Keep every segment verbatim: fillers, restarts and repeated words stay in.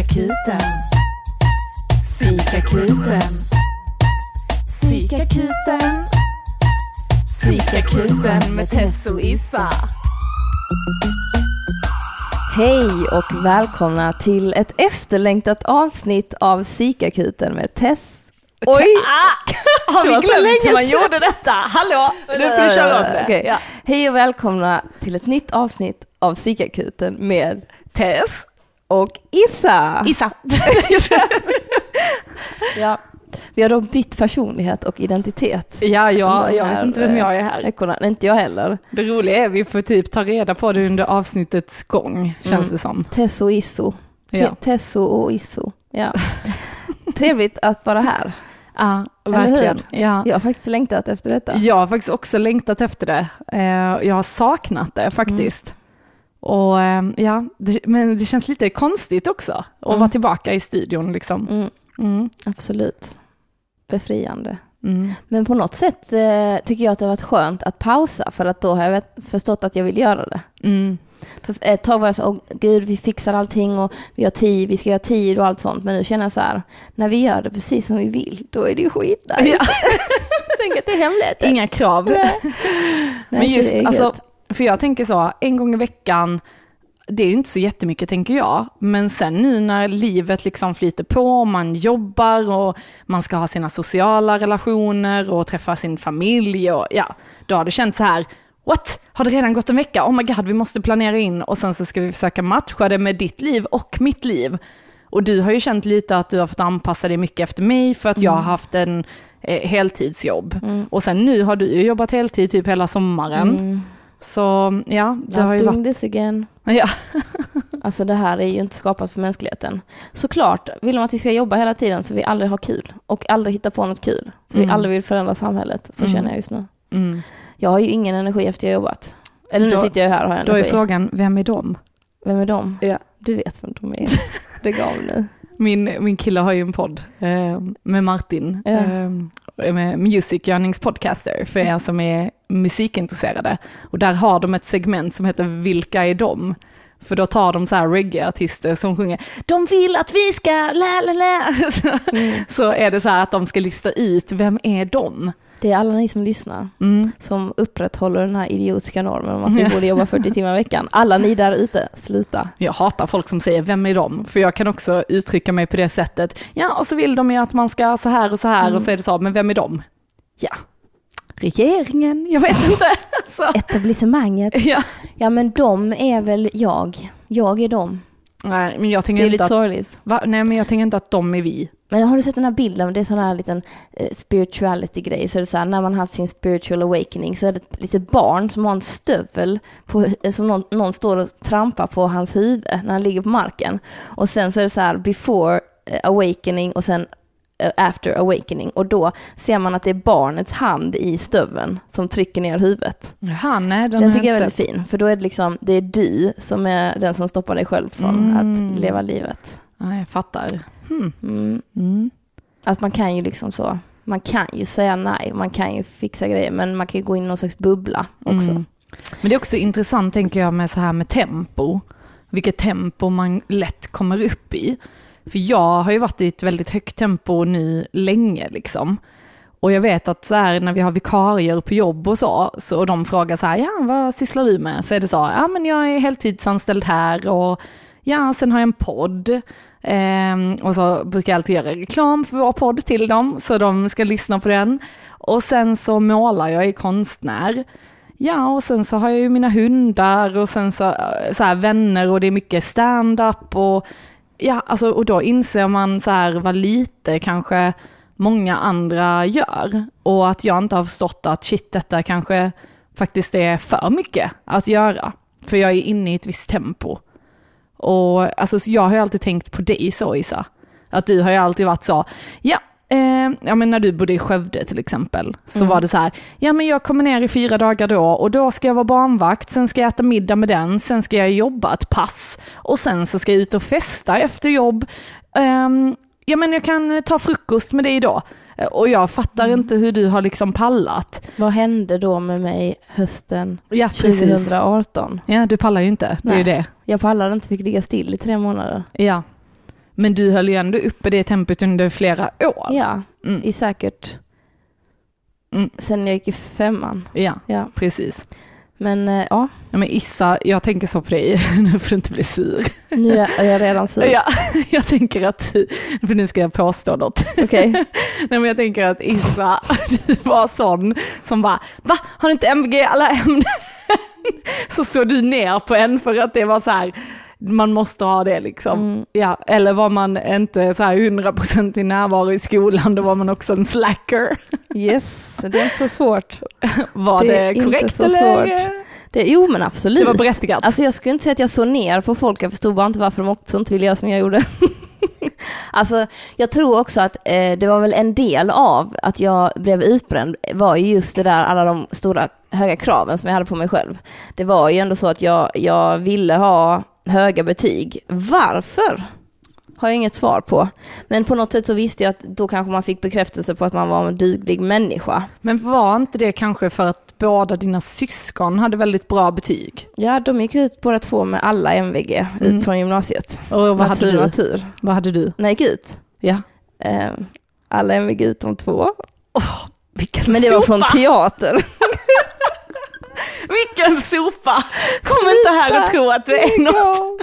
Psykakuten. Psykakuten. Psykakuten. Psykakuten med Tess och Issa. Hej och välkomna till ett efterlängtat avsnitt av Psykakuten med Tess. Oj! Ah, har vi glömt hur man gjorde detta? Hallå, nu får vi köra om det. Okay. Ja. Hej och välkomna till ett nytt avsnitt av Psykakuten med Tess och Issa. Issa. Ja. Vi har då bytt personlighet och identitet. Ja, ja jag vet inte vem jag är här. Veckorna. Inte jag heller. Det roliga är att vi får typ ta reda på det under avsnittets gång, känns mm. det som. Tess och Isso. Ja. Tesso och Isso. Ja. Trevligt att vara här. Ja, verkligen. Ja. Jag har faktiskt längtat efter detta. Jag har faktiskt också längtat efter det. Jag har saknat det faktiskt. Mm. Och ja, det, men det känns lite konstigt också att mm. vara tillbaka i studion liksom. Mm. Mm. Absolut. Befriande. Mm. Men på något sätt eh, tycker jag att det har varit skönt att pausa, för att då har jag vet, förstått att jag vill göra det. Mm. För ett tag var jag så, åh gud, vi fixar allting och vi har tid, vi ska göra tid och allt sånt. Men nu känner jag så här, när vi gör det precis som vi vill, då är det ju skit där. Ja. Tänk att det är hemligt. Inga krav. Nej. Men Nej, just, alltså, för jag tänker så, en gång i veckan, det är ju inte så jättemycket tänker jag. Men sen nu när livet liksom flyter på, man jobbar och man ska ha sina sociala relationer och träffa sin familj och ja, då har det känts så här, what? Har det redan gått en vecka? Oh my god, vi måste planera in och sen så ska vi försöka matcha det med ditt liv och mitt liv. Och du har ju känt lite att du har fått anpassa dig mycket efter mig för att mm. jag har haft en eh, heltidsjobb. Mm. Och sen nu har du ju jobbat heltid typ hela sommaren. Mm. Så ja, det I'm har ju doing varit... this again. Ja. Alltså det här är ju inte skapat för mänskligheten. Såklart vill de att vi ska jobba hela tiden så vi aldrig har kul. Och aldrig hitta på något kul. Så mm. vi aldrig vill förändra samhället. Så mm. känner jag just nu. Mm. Jag har ju ingen energi efter jag jobbat. Eller nu då, sitter jag här och har energi. Då är frågan, vem är de? Vem är de? Ja. Du vet vem de är. Det gav nu. Min, min kille har ju en podd eh, med Martin. Ja. Eh, med Music Yearnings podcaster för er som är musikintresserade. Och där har de ett segment som heter Vilka är de? För då tar de så här reggae-artister som sjunger de vill att vi ska la la la. Mm. Så är det så här att de ska lista ut vem är de? Det är alla ni som lyssnar mm. som upprätthåller den här idiotiska normen om att vi borde jobba fyrtio timmar i veckan. Alla ni där ute, sluta. Jag hatar folk som säger vem är de? För jag kan också uttrycka mig på det sättet. Ja, och så vill de ju att man ska så här och så här mm. och så är det så, men vem är de? Ja, regeringen, jag vet inte. Så. Etablissemanget. Ja. Ja, men de är väl jag. Jag är de. Nej, men jag tänker det är inte lite att... sorgligt. Va? Nej, men jag tänker inte att de är vi. Men har du sett den här bilden? Det är sån här liten eh, spirituality-grej. Så är det så här, när man har haft sin spiritual awakening så är det ett litet barn som har en stövel på, eh, som någon, någon står och trampar på hans huvud när han ligger på marken. Och sen så är det så här before eh, awakening och sen eh, after awakening. Och då ser man att det är barnets hand i stöveln som trycker ner huvudet. Jaha, nej, den, den tycker jag är väldigt fin. För då är det liksom, det är du som är den som stoppar dig själv från mm. att leva livet. Ja, jag fattar. Hmm. Mm. Mm. Att man kan ju liksom så, man kan ju säga nej, man kan ju fixa grejer, men man kan ju gå in i någon slags bubbla också. Mm. Men det är också intressant tänker jag med så här med tempo. Vilket tempo man lätt kommer upp i. För jag har ju varit i ett väldigt högt tempo nu länge liksom. Och jag vet att så här, när vi har vikarier på jobb och så, så och de frågar så här, ja vad sysslar du med? Så är det så, ja men jag är heltidsanställd här och ja sen har jag en podd. Um, och så brukar jag alltid göra reklam för vår podd till dem så de ska lyssna på den. Och sen så målar jag i konstnär. Ja, och sen så har jag ju mina hundar och sen så, så här vänner och det är mycket stand-up och ja, alltså och då inser man så här vad lite kanske många andra gör och att jag inte har förstått att shit, detta kanske faktiskt är för mycket att göra för jag är inne i ett visst tempo. Och alltså jag har ju alltid tänkt på dig så, Isa. Att du har ju alltid varit så, ja, eh, ja men när du bodde i Skövde till exempel, så mm. var det så här, ja men jag kommer ner i fyra dagar då och då ska jag vara barnvakt, sen ska jag äta middag med den, sen ska jag jobba ett pass och sen så ska jag ut och festa efter jobb. Um, ja men jag kan ta frukost med dig då. Och jag fattar mm. inte hur du har liksom pallat. Vad hände då med mig hösten ja, tjugo arton? Ja, du pallar ju inte. Det är ju det. Jag pallade inte, fick ligga still i tre månader. Ja. Men du höll ju ändå uppe det tempot under flera år. Ja, Mm. i säkert Mm. sen jag gick i femman. Ja, Ja. precis. Men eh, ja, Ja, men Issa, jag tänker så på dig, nu får du inte bli sur. nu är jag redan sur. Ja, jag tänker att, för nu ska jag påstå något. Okej. Nej, men jag tänker att Issa, du var sån som bara, va? Har du inte M V G alla ämnen? Så såg du ner på en för att det var så här, man måste ha det liksom. Mm. Ja, eller var man inte så här hundra procent i närvaro i skolan, då var man också en slacker. Yes, det är inte så svårt. Var Det det, är inte korrekt så eller? svårt. Det, jo men absolut. Det var berättigat. Alltså jag skulle inte säga att jag såg ner på folk, jag förstod bara inte varför de också inte ville göra som jag gjorde. Alltså jag tror också att eh, det var väl en del av att jag blev utbränd var ju just det där, alla de stora höga kraven som jag hade på mig själv. Det var ju ändå så att jag, jag ville ha höga betyg. Varför? Har jag inget svar på. Men på något sätt så visste jag att då kanske man fick bekräftelse på att man var en duglig människa. Men var inte det kanske för att båda dina syskon hade väldigt bra betyg? Ja, de gick ut båda två med alla M V G Mm. ut från gymnasiet. Och vad natur, hade du? natur. Vad hade du? Nej, gud. Ja. Eh, alla M V G utom två. Oh, vilken Men det var sopa! från teater. Vilken sopa! Kom inte här och tro att du är något.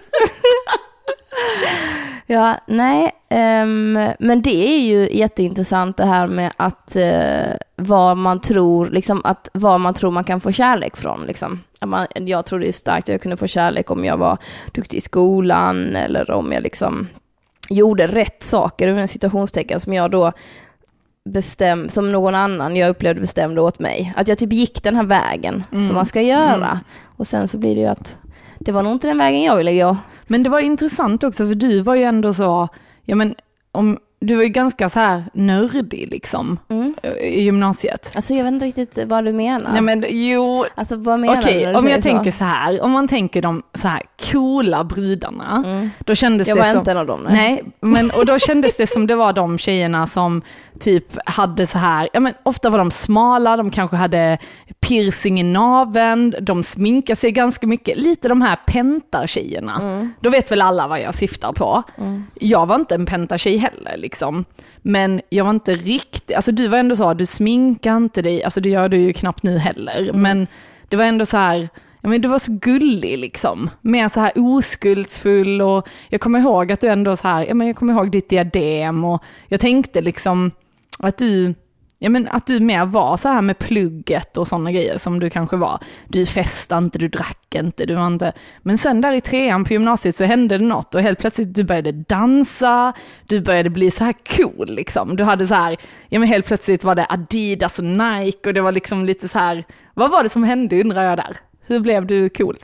Ja, nej, ehm, men det är ju jätteintressant det här med att eh, vad man tror, liksom att vad man tror man kan få kärlek från, liksom. Att man, jag trodde ju starkt att jag kunde få kärlek om jag var duktig i skolan eller om jag liksom gjorde rätt saker, med situationstecken som jag då bestäm, som någon annan jag upplevde bestämde åt mig. Att jag typ gick den här vägen Mm. som man ska göra. Mm. Och sen så blir det ju att det var nog inte den vägen jag ville gå. Men det var intressant också, för du var ju ändå så, ja men om, du var ju ganska så här nördig liksom Mm. i gymnasiet. Alltså jag vet inte riktigt vad du menar. Nej men jo, Alltså vad menar okej, du när du om säger jag så? tänker så här, om man tänker de så här coola brydarna, Mm. då kändes Jag det var som... inte en av dem. Nej. Nej, men, och då kändes det som det var de tjejerna som typ hade så här, ja men ofta var de smala, de kanske hade piercing i naveln, de sminkar sig ganska mycket, lite de här pentartjejerna. Mm. Då vet väl alla vad jag syftar på. Mm. Jag var inte en pentatjej heller liksom. Men jag var inte riktigt, alltså du var ändå så, du sminkar inte dig, alltså det gör du ju knappt nu heller. Mm. Men det var ändå så här, ja men du var så gullig liksom. Mer så här oskuldsfull, och jag kommer ihåg att du ändå så här, ja men jag kommer ihåg ditt diadem, och jag tänkte liksom att du, ja men att du mer var så här med plugget och sådana grejer som du kanske var. Du festade inte, du drack inte, du var inte. Men sen där i trean på gymnasiet så hände det något, och helt plötsligt du började dansa, du började bli så här cool liksom. Du hade så här, ja men helt plötsligt var det Adidas och Nike, och det var liksom lite så här, vad var det som hände undrar jag där? Hur blev du cool?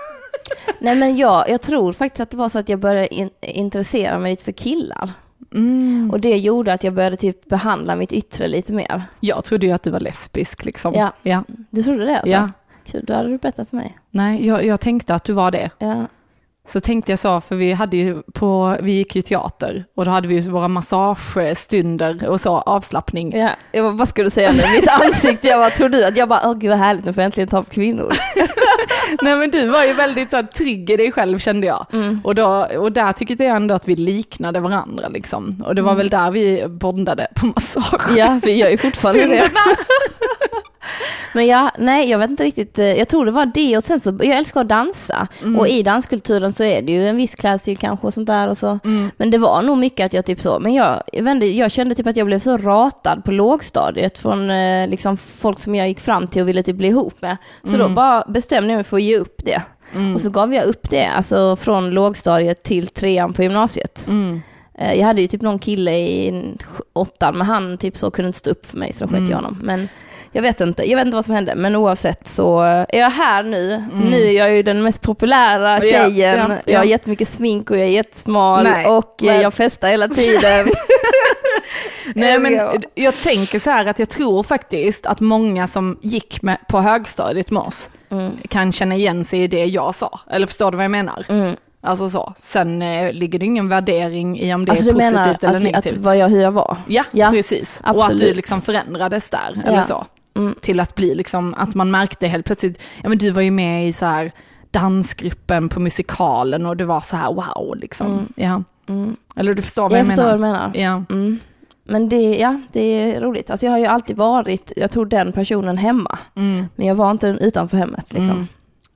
Nej men jag, jag tror faktiskt att det var så att jag började in, intressera mig lite för killar. Mm. Och det gjorde att jag började typ behandla mitt yttre lite mer. Jag trodde ju att du var lesbisk liksom. Ja. Ja. Du trodde det alltså? Ja. Kul, då hade du berättat för mig. Nej, jag, jag tänkte att du var det. Ja. Så tänkte jag så, för vi hade ju på, vi gick ju teater, och då hade vi ju våra massagestunder och så, avslappning. Ja, jag bara, vad ska du säga nu? Mitt ansikte, jag bara, tror du att jag bara, åh gud vad härligt, nu får jag äntligen ta på kvinnor. Nej men du var ju väldigt så här, trygg i dig själv kände jag. Mm. Och, då, och där tyckte jag ändå att vi liknade varandra liksom. Och det var Mm. väl där vi bondade på massage. Ja, vi gör ju fortfarande det. Stunderna. Men ja, nej jag vet inte riktigt, jag tror det var det, och sen så, jag älskar att dansa. Mm. Och i danskulturen så är det ju en viss klädstil kanske och sånt där och så. Mm. Men det var nog mycket att jag typ så, men jag, jag, vet inte, jag kände typ att jag blev så ratad på lågstadiet från eh, liksom folk som jag gick fram till och ville typ bli ihop med. Så Mm. då bara bestämde jag mig för att ge upp det. Mm. Och så gav jag upp det, alltså från lågstadiet till trean på gymnasiet. Mm. Eh, jag hade ju typ någon kille i åttan, men han typ så kunde inte stå upp för mig, så då sket Mm. jag honom. Men jag vet inte, jag vet inte vad som hände, men oavsett så är jag här nu. Mm. Nu är jag ju den mest populära Ja, tjejen. ja, ja. Jag har jättemycket smink och jag är jättesmal. Nej, och eh, men- jag festar hela tiden. Nej men Ja. jag tänker så här att jag tror faktiskt att många som gick med, på högstadiet med oss Mm. kan känna igen sig i det jag sa. Eller förstår du vad jag menar? Mm. Alltså så. Sen eh, ligger det ingen värdering i om det Alltså är du menar positivt eller att, negativt. att vad jag, hur jag var? Ja, Ja, precis. Och att absolut. du liksom förändrades där, Ja. eller så. Mm. Till att bli liksom, att man märkte helt plötsligt, ja men du var ju med i så här dansgruppen på musikalen, och det var så här wow liksom. Mm. Ja. Mm. Eller du förstår vad jag, jag, jag förstår menar? vad du menar. Ja. Mm. Men det, ja, det är roligt. Alltså jag har ju alltid varit, jag tror den personen hemma. Mm. Men jag var inte utanför hemmet liksom. Mm.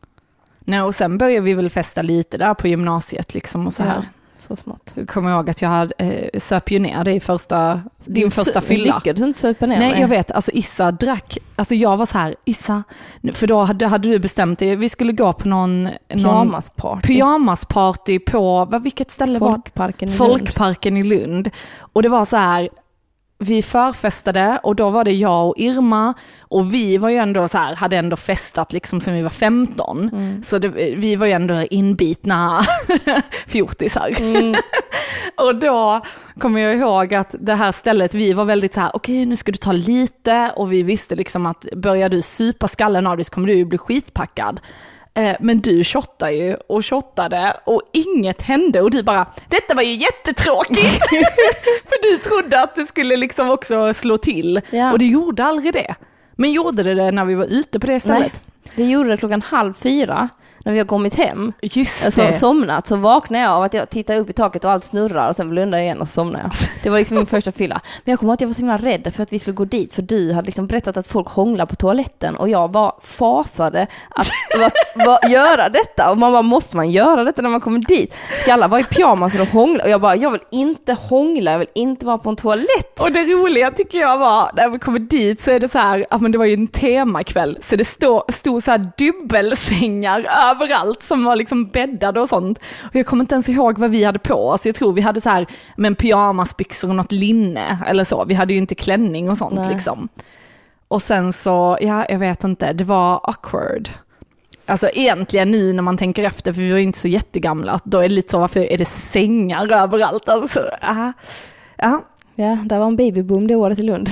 Nej, och sen började vi väl festa lite där på gymnasiet liksom och så här. Ja, så smått. Jag kommer ihåg att jag hade eh, söp ju ner dig i första, din du, första du fylla. lyckades inte söpa ner Nej, mig. jag vet. Alltså Issa drack, alltså jag var så här, Issa, för då hade, hade du bestämt dig, vi skulle gå på någon pyjamasparty. pyjamasparty på, vad, vilket ställe Folkparken var i Folkparken Lund. i Lund. Och det var så här, vi förfestade och då var det jag och Irma och vi var ju ändå så här, hade ändå festat liksom sen vi var femton. Mm. Så det, vi var ju ändå inbitna fjortisar. Mm. Och då kommer jag ihåg att det här stället, vi var väldigt så här, okej okay, nu ska du ta lite och vi visste liksom att börjar du supa skallen av dig så kommer du bli skitpackad. Men du shottade ju och shottade och inget hände och du bara, detta var ju jättetråkigt. För du trodde att det skulle liksom också slå till. Ja. Och det gjorde aldrig det. Men gjorde det det när vi var ute på det stället? Nej, det gjorde det klockan halv fyra. När vi har kommit hem, just alltså det. somnat, så vaknar jag av att jag tittar upp i taket och allt snurrar och sen blundar jag igen och så somnar jag. Det var liksom min första fylla. Men jag kommer ihåg att jag var så himla rädd för att vi skulle gå dit, för du hade liksom berättat att folk hånglar på toaletten och jag var fasade att va, va, göra detta. Och man bara, måste man göra detta när man kommer dit? Ska alla vara i pyjamas och hångla? Och jag bara, jag vill inte hångla, jag vill inte vara på en toalett. Och det roliga tycker jag var, när vi kommer dit så är det så här, ja men det var ju en temakväll, så det stod, stod så här dubbelsängar överallt som var liksom bäddade och sånt. Och jag kommer inte ens ihåg vad vi hade på oss. Jag tror vi hade så här med pyjamasbyxor och något linne eller så. Vi hade ju inte klänning och sånt. Nej. Liksom. Och sen så, ja jag vet inte, det var awkward. Alltså egentligen nu när man tänker efter, för vi var ju inte så jättegamla, då är det lite så, varför är det sängar överallt? Alltså, aha. Ja. Ja, där var en babyboom det året i Lund.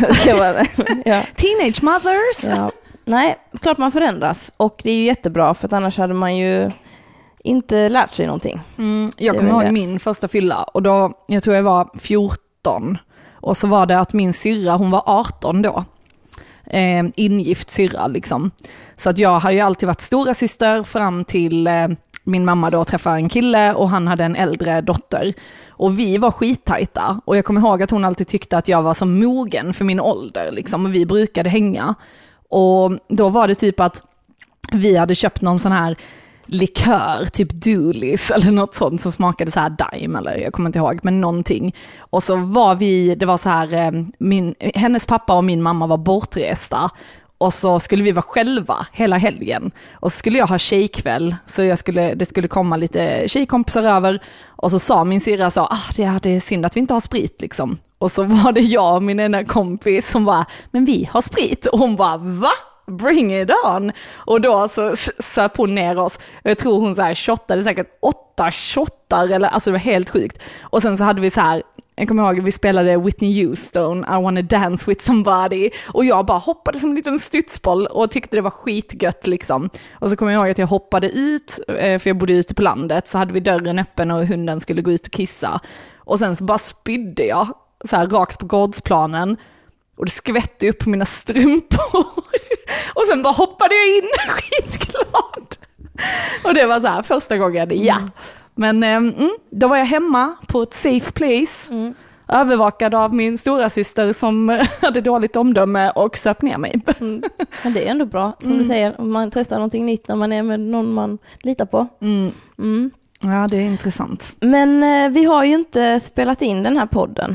Ja. Teenage mothers! Ja. Nej, klart man förändras. Och det är ju jättebra, för att annars hade man ju inte lärt sig någonting. Mm, jag kommer ihåg min första fylla och då, jag tror jag var fjorton. Och så var det att min syrra, hon var arton då. Eh, ingift syrra liksom. Så att jag har ju alltid varit stora syster fram till eh, min mamma då träffade en kille och han hade en äldre dotter. Och vi var skittajta. Och jag kommer ihåg att hon alltid tyckte att jag var som mogen för min ålder liksom. Och vi brukade hänga. Och då var det typ att vi hade köpt någon sån här likör, typ Doolies eller något sånt som smakade så här Daim eller jag kommer inte ihåg, men någonting. Och så var vi, det var så här, min, hennes pappa och min mamma var bortresta och så skulle vi vara själva hela helgen. Och så skulle jag ha tjejkväll, så jag skulle, det skulle komma lite tjejkompisar över. Och så sa min syrra så, ah, det, är, det är synd att vi inte har sprit liksom. Och så var det jag och min ena kompis som bara, men vi har sprit. Och hon bara, va? Bring it on! Och då så söp hon ner oss. Jag tror hon så här shottade säkert åtta shottar, eller alltså det var helt sjukt. Och sen så hade vi så här, jag kommer ihåg, vi spelade Whitney Houston, I wanna dance with somebody. Och jag bara hoppade som en liten studsboll och tyckte det var skitgött liksom. Och så kommer jag ihåg att jag hoppade ut, för jag bodde ute på landet, så hade vi dörren öppen och hunden skulle gå ut och kissa. Och sen så bara spydde jag så här rakt på gårdsplanen. Och det skvätte upp mina strumpor. Och sen bara hoppade jag in skitglad. Och det var så här första gången, ja. Men mm, då var jag hemma på ett safe place. Mm. Övervakad av min stora syster som hade dåligt omdöme och söp ner mig. Mm. Men det är ändå bra, som mm. du säger. Om man testar någonting nytt när man är med någon man litar på. Mm. Mm. Ja, det är intressant. Men eh, vi har ju inte spelat in den här podden.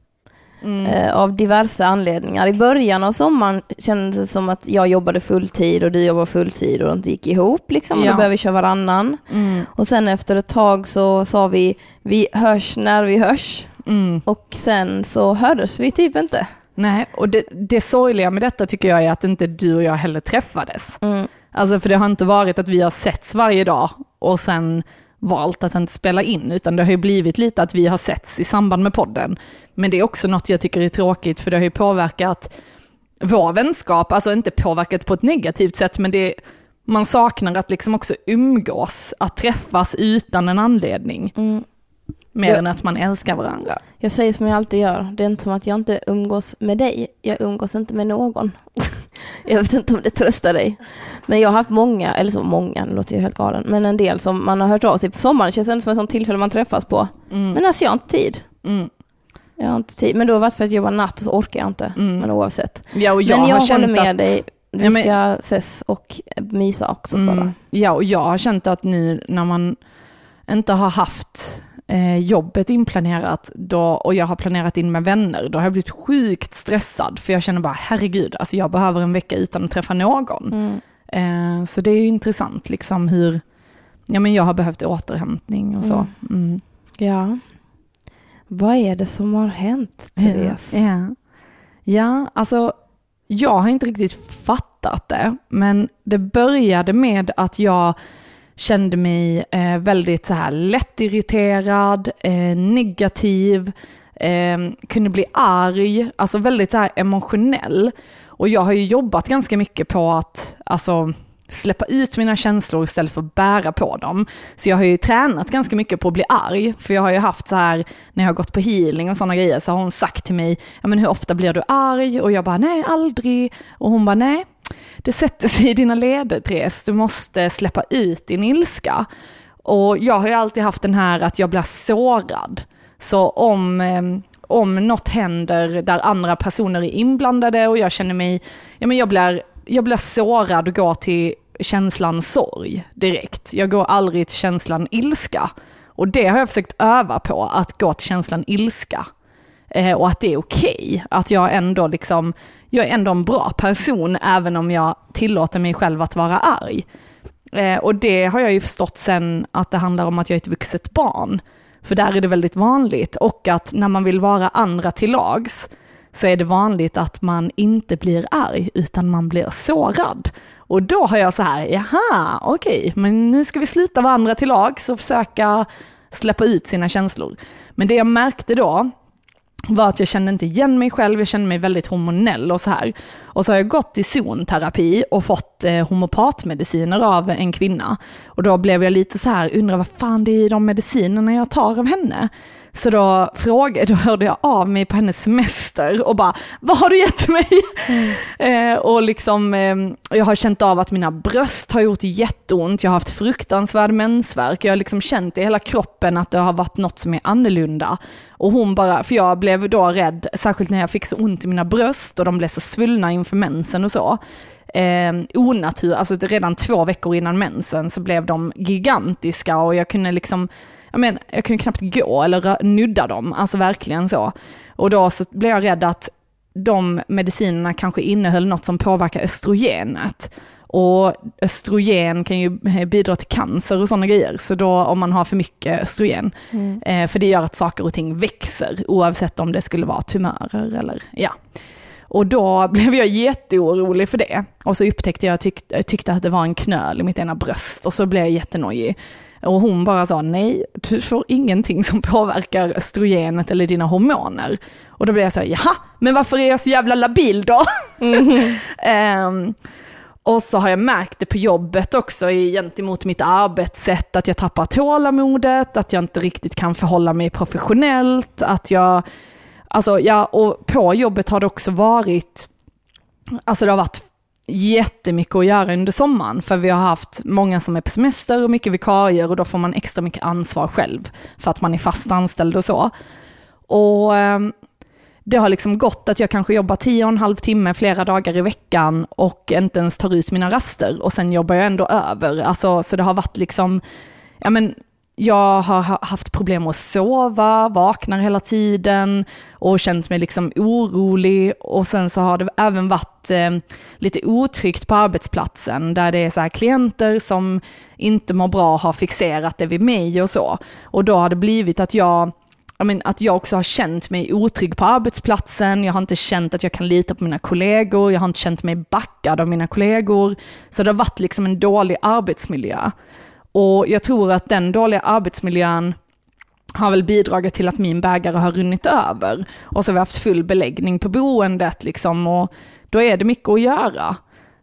Mm. Eh, av diverse anledningar. I början av sommaren kändes det som att jag jobbade fulltid och du jobbade fulltid och de inte gick ihop liksom. Ja. Då började vi köra varannan. Mm. Och sen efter ett tag så sa vi, vi hörs när vi hörs. Mm. Och sen så hördes vi typ inte. Nej, och det, det sorgliga med detta tycker jag är att inte du och jag heller träffades. Mm. Alltså för det har inte varit att vi har setts varje dag och sen valt att inte spela in, utan det har ju blivit lite att vi har setts i samband med podden. Men det är också något jag tycker är tråkigt, för det har ju påverkat vår vänskap, alltså inte påverkat på ett negativt sätt, men det, man saknar att liksom också umgås, att träffas utan en anledning. Mm. Mer jag, än att man älskar varandra. Jag säger som jag alltid gör, det är inte som att jag inte umgås med dig, jag umgås inte med någon. Jag vet inte om det tröstar dig. Men jag har haft många, eller så många, det låter ju helt galen, men en del som man har hört av sig på sommaren. Det känns ändå som en sån tillfälle man träffas på. Mm. Men alltså jag har inte tid. Mm. Jag har inte tid. Men då har det varit för att jobba natt och så orkar jag inte. Mm. Men oavsett. Ja, och jag men jag har håller med att... dig. Vi ja, men... ska ses och mysa också mm. bara. Ja, och jag har känt att nu när man inte har haft eh, jobbet inplanerat då, och jag har planerat in med vänner, då har jag blivit sjukt stressad. För jag känner bara, herregud, alltså jag behöver en vecka utan att träffa någon. Mm. Eh, så det är ju intressant liksom hur ja, men jag har behövt återhämtning och så. Mm. Mm. Ja. Vad är det som har hänt, Therese? Ja, ja. ja, alltså jag har inte riktigt fattat det, men det började med att jag kände mig eh, väldigt så här lättirriterad, eh, negativ, eh, kunde bli arg, alltså väldigt så här emotionell. Och jag har ju jobbat ganska mycket på att alltså släppa ut mina känslor istället för att bära på dem. Så jag har ju tränat ganska mycket på att bli arg. För jag har ju haft så här, när jag har gått på healing och sådana grejer, så har hon sagt till mig, ja men hur ofta blir du arg? Och jag bara, nej aldrig. Och hon bara, nej, det sätter sig i dina leder, Therese. Du måste släppa ut din ilska. Och jag har ju alltid haft den här att jag blir sårad. Så om... Eh, om något händer där andra personer är inblandade och jag känner mig, ja men jag blir, jag blir sårad och går till känslan sorg direkt. Jag går aldrig till känslan ilska. Och det har jag försökt öva på, att gå till känslan ilska. Eh, och att det är okej. Att jag ändå liksom, jag är ändå en bra person även om jag tillåter mig själv att vara arg. Eh, och det har jag ju förstått sen att det handlar om att jag är ett vuxet barn. För där är det väldigt vanligt. Och att när man vill vara andra till lags så är det vanligt att man inte blir arg utan man blir sårad. Och då har jag så här, jaha, okej, men nu ska vi sluta vara andra till lags och försöka släppa ut sina känslor. Men det jag märkte då var att jag kände inte igen mig själv, jag kände mig väldigt hormonell och så här. Och så har jag gått i zonterapi och fått eh, homopatmediciner av en kvinna. Och då blev jag lite så här, undrar vad fan det är i de medicinerna jag tar av henne. Så då frågade, då hörde jag av mig på hennes semester och bara, vad har du gett mig? Mm. eh, och liksom, eh, jag har känt av att mina bröst har gjort jätteont, jag har haft fruktansvärd mensvärk, jag har liksom känt i hela kroppen att det har varit något som är annorlunda. Och hon bara, för jag blev då rädd, särskilt när jag fick så ont i mina bröst och de blev så svullna inför mensen och så. Eh, onatur, alltså redan två veckor innan mensen så blev de gigantiska och jag kunde liksom Jag, men, jag kunde knappt gå eller nudda dem, alltså verkligen så. Och då så blev jag rädd att de medicinerna kanske innehöll något som påverkar östrogenet. Och östrogen kan ju bidra till cancer och sådana grejer. Så då om man har för mycket östrogen, mm. eh, för det gör att saker och ting växer oavsett om det skulle vara tumörer eller ja. Och då blev jag jätteorolig för det. Och så upptäckte jag, tyck, tyckte att det var en knöl i mitt ena bröst och så blev jag jättenojig. Och hon bara sa, nej, du får ingenting som påverkar östrogenet eller dina hormoner. Och då blev jag så här, jaha, men varför är jag så jävla labil då? Mm. um, och så har jag märkt det på jobbet också gentemot mitt arbetssätt, att jag tappar tålamodet, att jag inte riktigt kan förhålla mig professionellt, att jag, alltså ja, och på jobbet har det också varit, alltså det har varit jättemycket att göra under sommaren, för vi har haft många som är på semester och mycket vikarier och då får man extra mycket ansvar själv för att man är fast anställd och så. Och eh, det har liksom gått att jag kanske jobbar tio och en halv timme flera dagar i veckan och inte ens tar ut mina raster och sen jobbar jag ändå över. Alltså, så det har varit liksom, ja men jag har haft problem att sova, vaknar hela tiden och känt mig liksom orolig. Och sen så har det även varit eh, lite otryggt på arbetsplatsen där det är så här klienter som inte mår bra har fixerat det vid mig och så. Och då har det blivit att jag, jag men, att jag också har känt mig otrygg på arbetsplatsen. Jag har inte känt att jag kan lita på mina kollegor. Jag har inte känt mig backad av mina kollegor. Så det har varit liksom en dålig arbetsmiljö. Och jag tror att den dåliga arbetsmiljön har väl bidragit till att min bägare har runnit över. Och så har vi haft full beläggning på boendet liksom, och då är det mycket att göra.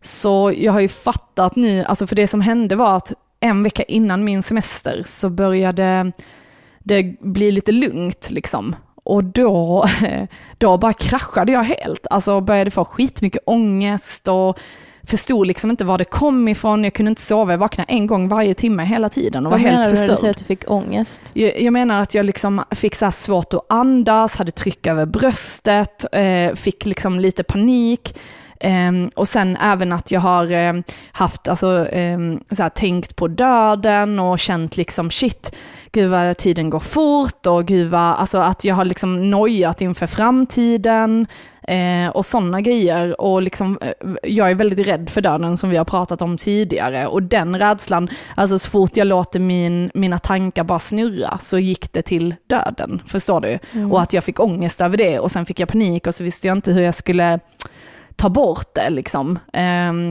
Så jag har ju fattat nu, alltså för det som hände var att en vecka innan min semester så började det bli lite lugnt liksom. och då, då bara kraschade jag helt. Alltså började få skitmycket ångest och förstod liksom inte var det kom ifrån. Jag kunde inte sova, jag vaknade en gång varje timme hela tiden och var helt förstörd. Vad menar du när du att du fick ångest? Jag, jag menar att jag liksom fick så här svårt att andas, hade tryck över bröstet, eh, fick liksom lite panik. Um, och sen även att jag har um, haft, alltså, um, så här, tänkt på döden och känt liksom shit, gud vad tiden går fort och gud vad, alltså att jag har liksom nojat inför framtiden uh, och sådana grejer. Och liksom, uh, jag är väldigt rädd för döden som vi har pratat om tidigare, och den rädslan, alltså så fort jag låter min, mina tankar bara snurra så gick det till döden, förstår du? Mm. Och att jag fick ångest över det och sen fick jag panik och så visste jag inte hur jag skulle ta bort det liksom. Um,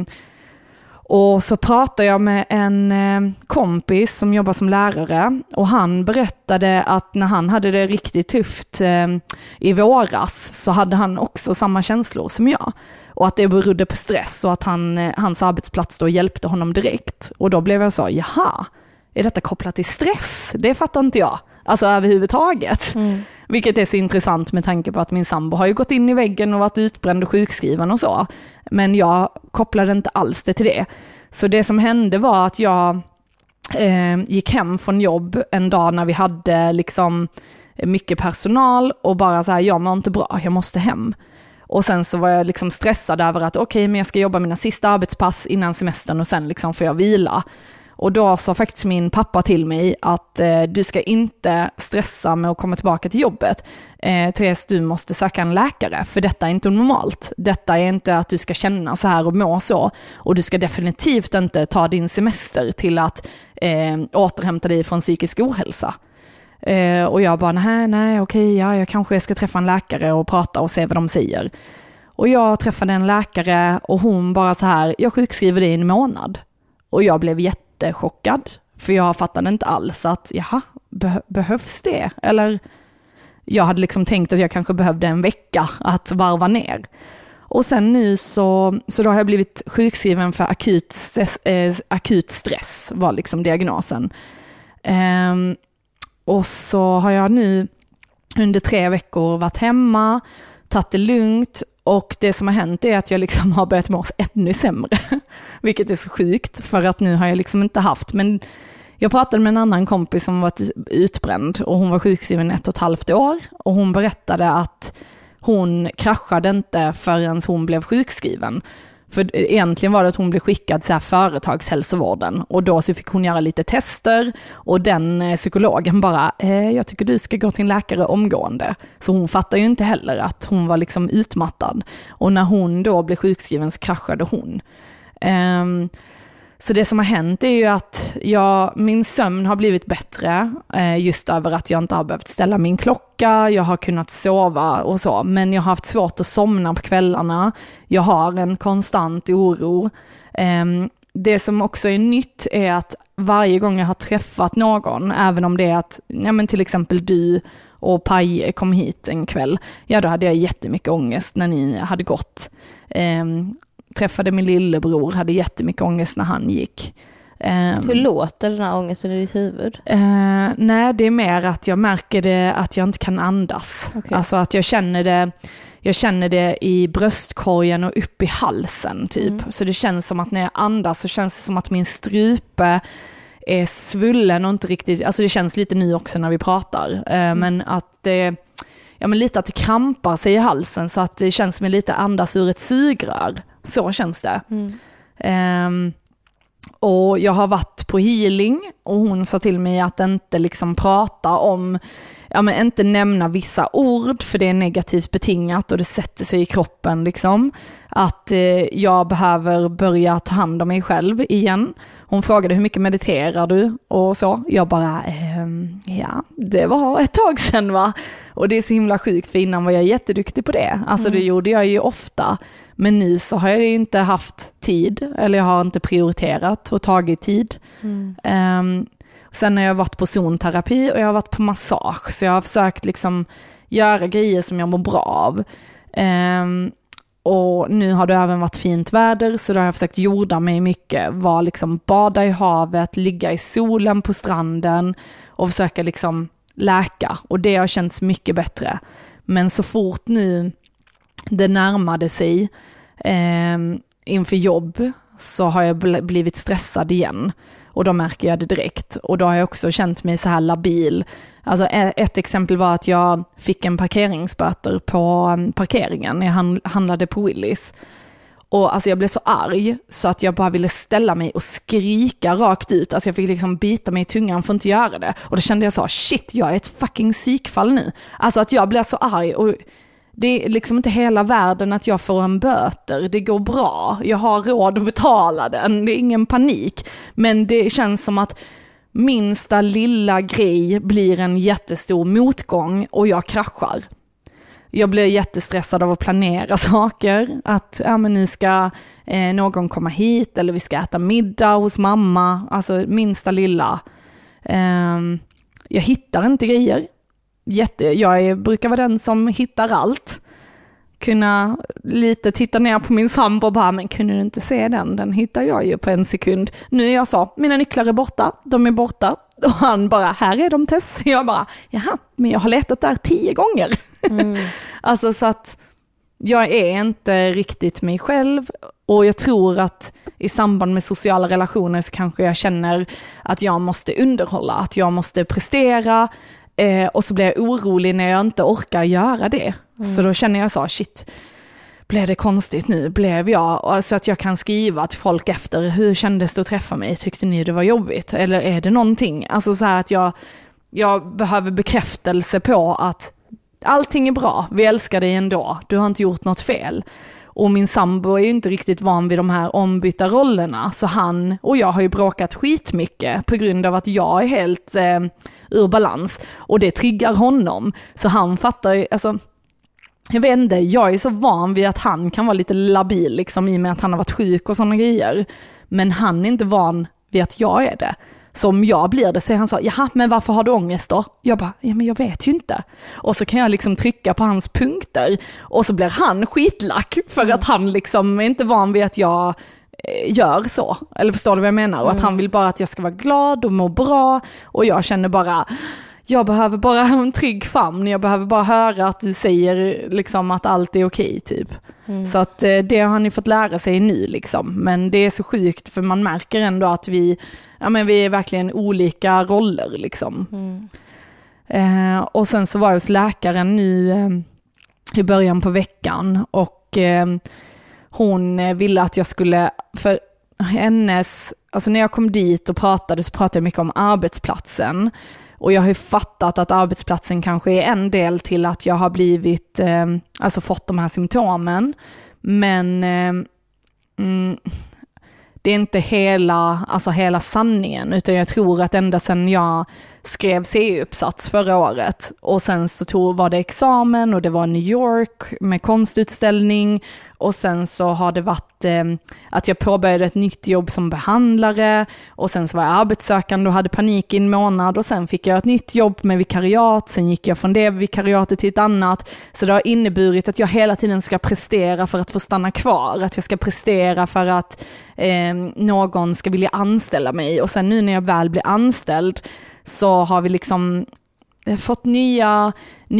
och så pratade jag med en uh, kompis som jobbar som lärare, och han berättade att när han hade det riktigt tufft uh, i våras så hade han också samma känslor som jag. Och att det berodde på stress och att han, uh, hans arbetsplats då hjälpte honom direkt. Och då blev jag så, jaha, är detta kopplat till stress? Det fattar inte jag. Alltså överhuvudtaget. Mm. Vilket är så intressant med tanke på att min sambo har ju gått in i väggen och varit utbränd och sjukskriven och så. Men jag kopplade inte alls det till det. Så det som hände var att jag eh, gick hem från jobb en dag när vi hade liksom mycket personal och bara så här, jag mår inte bra, jag måste hem. Och sen så var jag liksom stressad över att okej, okay, men jag ska jobba mina sista arbetspass innan semestern och sen liksom får jag vila. Och då sa faktiskt min pappa till mig att eh, du ska inte stressa med att komma tillbaka till jobbet. Eh, Therese, du måste söka en läkare, för detta är inte normalt. Detta är inte att du ska känna så här och må så. Och du ska definitivt inte ta din semester till att eh, återhämta dig från psykisk ohälsa. Eh, och jag bara, nej, nej, okej, ja, jag kanske ska träffa en läkare och prata och se vad de säger. Och jag träffade en läkare och hon bara så här, jag sjukskriver dig i en månad. Och jag blev jättechockad, för jag fattade inte alls att, jaha, be- behövs det? Eller jag hade liksom tänkt att jag kanske behövde en vecka att varva ner. Och sen nu så, så då har jag blivit sjukskriven för akut stress, eh, akut stress var liksom diagnosen. Ehm, och så har jag nu under tre veckor varit hemma, tagit det lugnt. Och det som har hänt är att jag liksom har börjat må ännu sämre. Vilket är så sjukt, för att nu har jag liksom inte haft. Men jag pratade med en annan kompis som var utbränd och hon var sjukskriven ett och ett halvt år. Och hon berättade att hon kraschade inte förrän hon blev sjukskriven. För egentligen var det att hon blev skickad till företagshälsovården. Och då så fick hon göra lite tester. Och den psykologen bara, eh, jag tycker du ska gå till en läkare omgående. Så hon fattar ju inte heller att hon var liksom utmattad. Och när hon då blev sjukskriven så kraschade hon. Um, så det som har hänt är ju att jag, min sömn har blivit bättre. Eh, just över att jag inte har behövt ställa min klocka. Jag har kunnat sova och så. Men jag har haft svårt att somna på kvällarna. Jag har en konstant oro. Eh, det som också är nytt är att varje gång jag har träffat någon, även om det är att ja, men till exempel du och Paje kom hit en kväll. Ja, då hade jag jättemycket ångest när ni hade gått. Eh, träffade min lillebror, hade jättemycket ångest när han gick. Um, Hur låter den här ångesten i ditt huvud? Uh, nej, det är mer att jag märker det att jag inte kan andas. Okay. Alltså att jag känner det jag känner det i bröstkorgen och upp i halsen typ. Mm. Så det känns som att när jag andas så känns det som att min strupe är svullen och inte riktigt, alltså det känns lite nu också när vi pratar. Uh, mm. Men att det ja, men lite att det krampar sig i halsen så att det känns som att lite andas ur ett sugrör. Så känns det. Mm. Um, och jag har varit på healing och hon sa till mig att inte liksom prata om, ja men inte nämna vissa ord för det är negativt betingat och det sätter sig i kroppen liksom. Att eh, jag behöver börja ta hand om mig själv igen. Hon frågade hur mycket mediterar du och så. Jag bara, ehm, ja det var ett tag sedan va. Och det är så himla sjukt för innan var jag jätteduktig på det. Alltså mm. det gjorde jag ju ofta. Men nu så har jag inte haft tid. Eller jag har inte prioriterat och tagit tid. Mm. Um, sen har jag varit på zonterapi och jag har varit på massage. Så jag har försökt liksom göra grejer som jag mår bra av. Um, och nu har det även varit fint väder. Så då har jag försökt jorda mig mycket. Var liksom bada i havet, ligga i solen på stranden. Och försöka liksom läka och det har känts mycket bättre. Men så fort nu det närmade sig eh, inför jobb så har jag blivit stressad igen. Och då märker jag det direkt. Och då har jag också känt mig så här labil. Alltså ett exempel var att jag fick en parkeringsböter på parkeringen. Jag handlade på Willys. Och alltså jag blev så arg så att jag bara ville ställa mig och skrika rakt ut. Alltså jag fick liksom bita mig i tungan för att inte göra det. Och då kände jag så, shit, jag är ett fucking psykfall nu. Alltså att jag blev så arg och det är liksom inte hela världen att jag får en böter. Det går bra. Jag har råd att betala den. Det är ingen panik. Men det känns som att minsta lilla grej blir en jättestor motgång och jag kraschar. Jag blir jättestressad av att planera saker. Att ja, men nu ska eh, någon komma hit eller vi ska äta middag hos mamma. Alltså minsta lilla. Eh, jag hittar inte grejer. Jätte, jag är, brukar vara den som hittar allt. Kunna lite titta ner på min sambo och bara, men kunde du inte se den? Den hittar jag ju på en sekund. Nu är jag så, mina nycklar är borta, de är borta. Och han bara, här är de Tess. Jag bara, jaha, men jag har letat där tio gånger. Mm. Alltså så att jag är inte riktigt mig själv. Och jag tror att i samband med sociala relationer så kanske jag känner att jag måste underhålla, att jag måste prestera. Eh, och så blir jag orolig när jag inte orkar göra det. Mm. Så då känner jag så, shit, blev det konstigt nu? Blev jag? Och så att jag kan skriva till folk efter, hur kändes det att träffa mig? Tyckte ni det var jobbigt? Eller är det någonting? Alltså så här att jag, jag behöver bekräftelse på att allting är bra, vi älskar dig ändå, du har inte gjort något fel. Och min sambo är ju inte riktigt van vid de här ombytta rollerna. Så han och jag har ju bråkat skitmycket på grund av att jag är helt eh, ur balans. Och det triggar honom. Så han fattar ju, alltså, jag vet inte, jag är så van vid att han kan vara lite labil liksom, i och med att han har varit sjuk och sådana grejer. Men han är inte van vid att jag är det. Så om jag blir det så är han så, jaha, men varför har du ångest då? Jag bara, ja men jag vet ju inte. Och så kan jag liksom trycka på hans punkter och så blir han skitlack för mm. att han liksom är inte van vid att jag gör så. Eller förstår du vad jag menar? Och att han vill bara att jag ska vara glad och må bra och jag känner bara, jag behöver bara en trygg famn. Jag behöver bara höra att du säger liksom att allt är okej typ. Mm. Så att det har ni fått lära sig nu liksom. Men det är så sjukt för man märker ändå att vi, ja, men vi är verkligen olika roller liksom. Mm. Eh, och sen så var jag hos läkaren nu eh, i början på veckan och eh, hon ville att jag skulle, för hennes, alltså när jag kom dit och pratade så pratade jag mycket om arbetsplatsen. Och jag har ju fattat att arbetsplatsen kanske är en del till att jag har blivit, eh, alltså fått de här symptomen. Men eh, mm, det är inte hela, alltså hela sanningen, utan jag tror att ända sedan jag skrev C E-uppsats förra året och sen så tog, var det examen och det var New York med konstutställning och sen så har det varit eh, att jag påbörjade ett nytt jobb som behandlare och sen så var jag arbetssökande och hade panik i en månad och sen fick jag ett nytt jobb med vikariat, sen gick jag från det vikariatet till ett annat, så det har inneburit att jag hela tiden ska prestera för att få stanna kvar, att jag ska prestera för att eh, någon ska vilja anställa mig och sen nu när jag väl blir anställd så har vi liksom fått nya,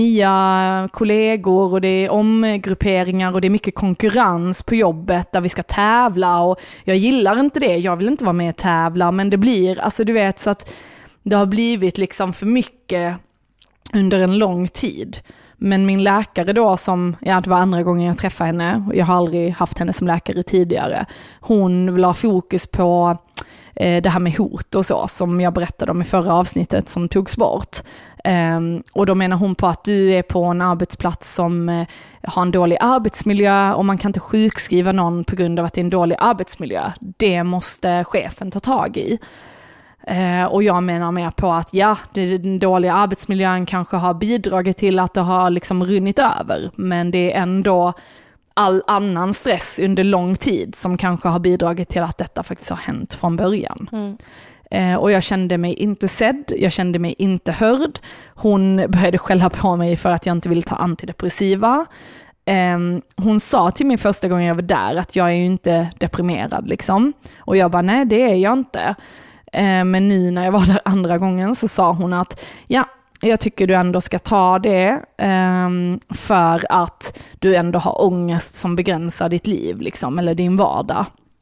nya kollegor och det är omgrupperingar och det är mycket konkurrens på jobbet där vi ska tävla och jag gillar inte det, jag vill inte vara med och tävla men det blir, alltså du vet så att det har blivit liksom för mycket under en lång tid. Men min läkare då som, ja det var andra gången jag träffade henne och jag har aldrig haft henne som läkare tidigare, hon vill ha fokus på det här med hot och så som jag berättade om i förra avsnittet som togs bort. Um, och då menar hon på att du är på en arbetsplats som uh, har en dålig arbetsmiljö och man kan inte sjukskriva någon på grund av att det är en dålig arbetsmiljö. Det måste chefen ta tag i. Uh, och jag menar mer på att ja, den dåliga arbetsmiljön kanske har bidragit till att det har liksom runnit över, men det är ändå all annan stress under lång tid som kanske har bidragit till att detta faktiskt har hänt från början. Mm. Eh, och jag kände mig inte sedd, jag kände mig inte hörd. Hon började skälla på mig för att jag inte ville ta antidepressiva. Eh, hon sa till mig första gången jag var där att jag är ju inte deprimerad liksom. Och jag bara nej, det är jag inte. Eh, men nu när jag var där andra gången så sa hon att ja, jag tycker du ändå ska ta det eh, för att du ändå har ångest som begränsar ditt liv liksom, eller din vardag.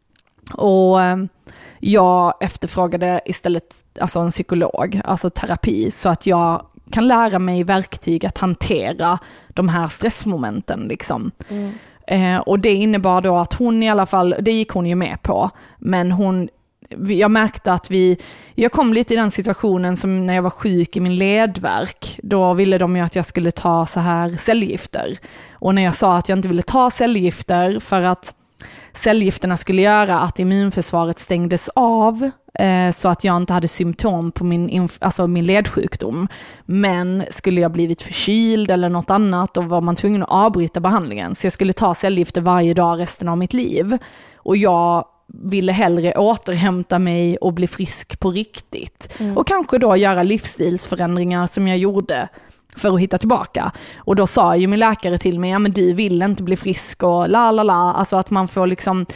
Och eh, jag efterfrågade istället alltså en psykolog, alltså terapi, så att jag kan lära mig verktyg att hantera de här stressmomenten liksom. Mm. Eh, och det innebar då att hon i alla fall, det gick hon ju med på, men hon, jag märkte att vi, jag kom lite i den situationen som när jag var sjuk i min ledvärk, då ville de ju att jag skulle ta så här cellgifter. Och när jag sa att jag inte ville ta cellgifter för att cellgifterna skulle göra att immunförsvaret stängdes av eh, så att jag inte hade symptom på min, inf- alltså min ledsjukdom. Men skulle jag blivit förkyld eller något annat, då var man tvungen att avbryta behandlingen. Så jag skulle ta cellgifter varje dag resten av mitt liv. Och jag ville hellre återhämta mig och bli frisk på riktigt. Mm. Och kanske då göra livsstilsförändringar som jag gjorde för att hitta tillbaka. Och då sa ju min läkare till mig, ja men du vill inte bli frisk och la la la. Alltså att man får liksom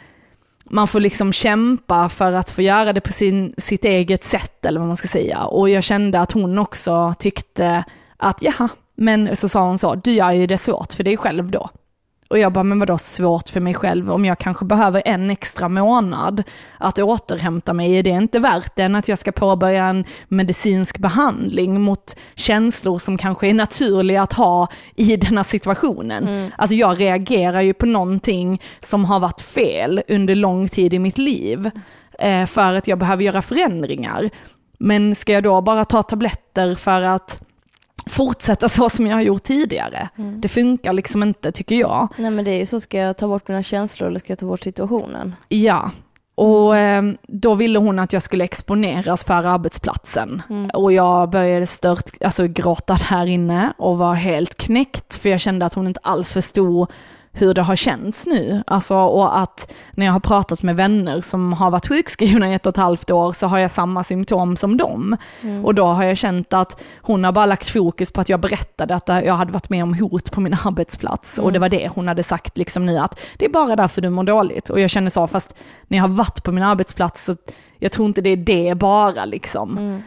man får liksom kämpa för att få göra det på sin, sitt eget sätt eller vad man ska säga. Och jag kände att hon också tyckte att jaha, men så sa hon så, du gör ju det svårt för dig själv då. Och jag bara, men vadå svårt för mig själv? Om jag kanske behöver en extra månad att återhämta mig, är det inte värt det än att jag ska påbörja en medicinsk behandling mot känslor som kanske är naturliga att ha i den här situationen? Mm. Alltså jag reagerar ju på någonting som har varit fel under lång tid i mitt liv eh, för att jag behöver göra förändringar. Men ska jag då bara ta tabletter för att fortsätta så som jag har gjort tidigare? Mm. Det funkar liksom inte, tycker jag. Nej, men det är ju så, ska jag ta bort mina känslor eller ska jag ta bort situationen? Ja, och eh, då ville hon att jag skulle exponeras för arbetsplatsen. Mm. Och jag började stört, alltså gråta där inne och var helt knäckt, för jag kände att hon inte alls förstod hur det har känts nu. Alltså, och att när jag har pratat med vänner som har varit sjukskrivna i ett och ett halvt år, så har jag samma symptom som dem. Mm. Och då har jag känt att hon har bara lagt fokus på att jag berättade att jag hade varit med om hot på min arbetsplats. Mm. Och det var det hon hade sagt liksom nu, att det är bara därför du mår dåligt. Och jag känner så, fast när jag har varit på min arbetsplats så jag tror inte det är det bara liksom. Mm.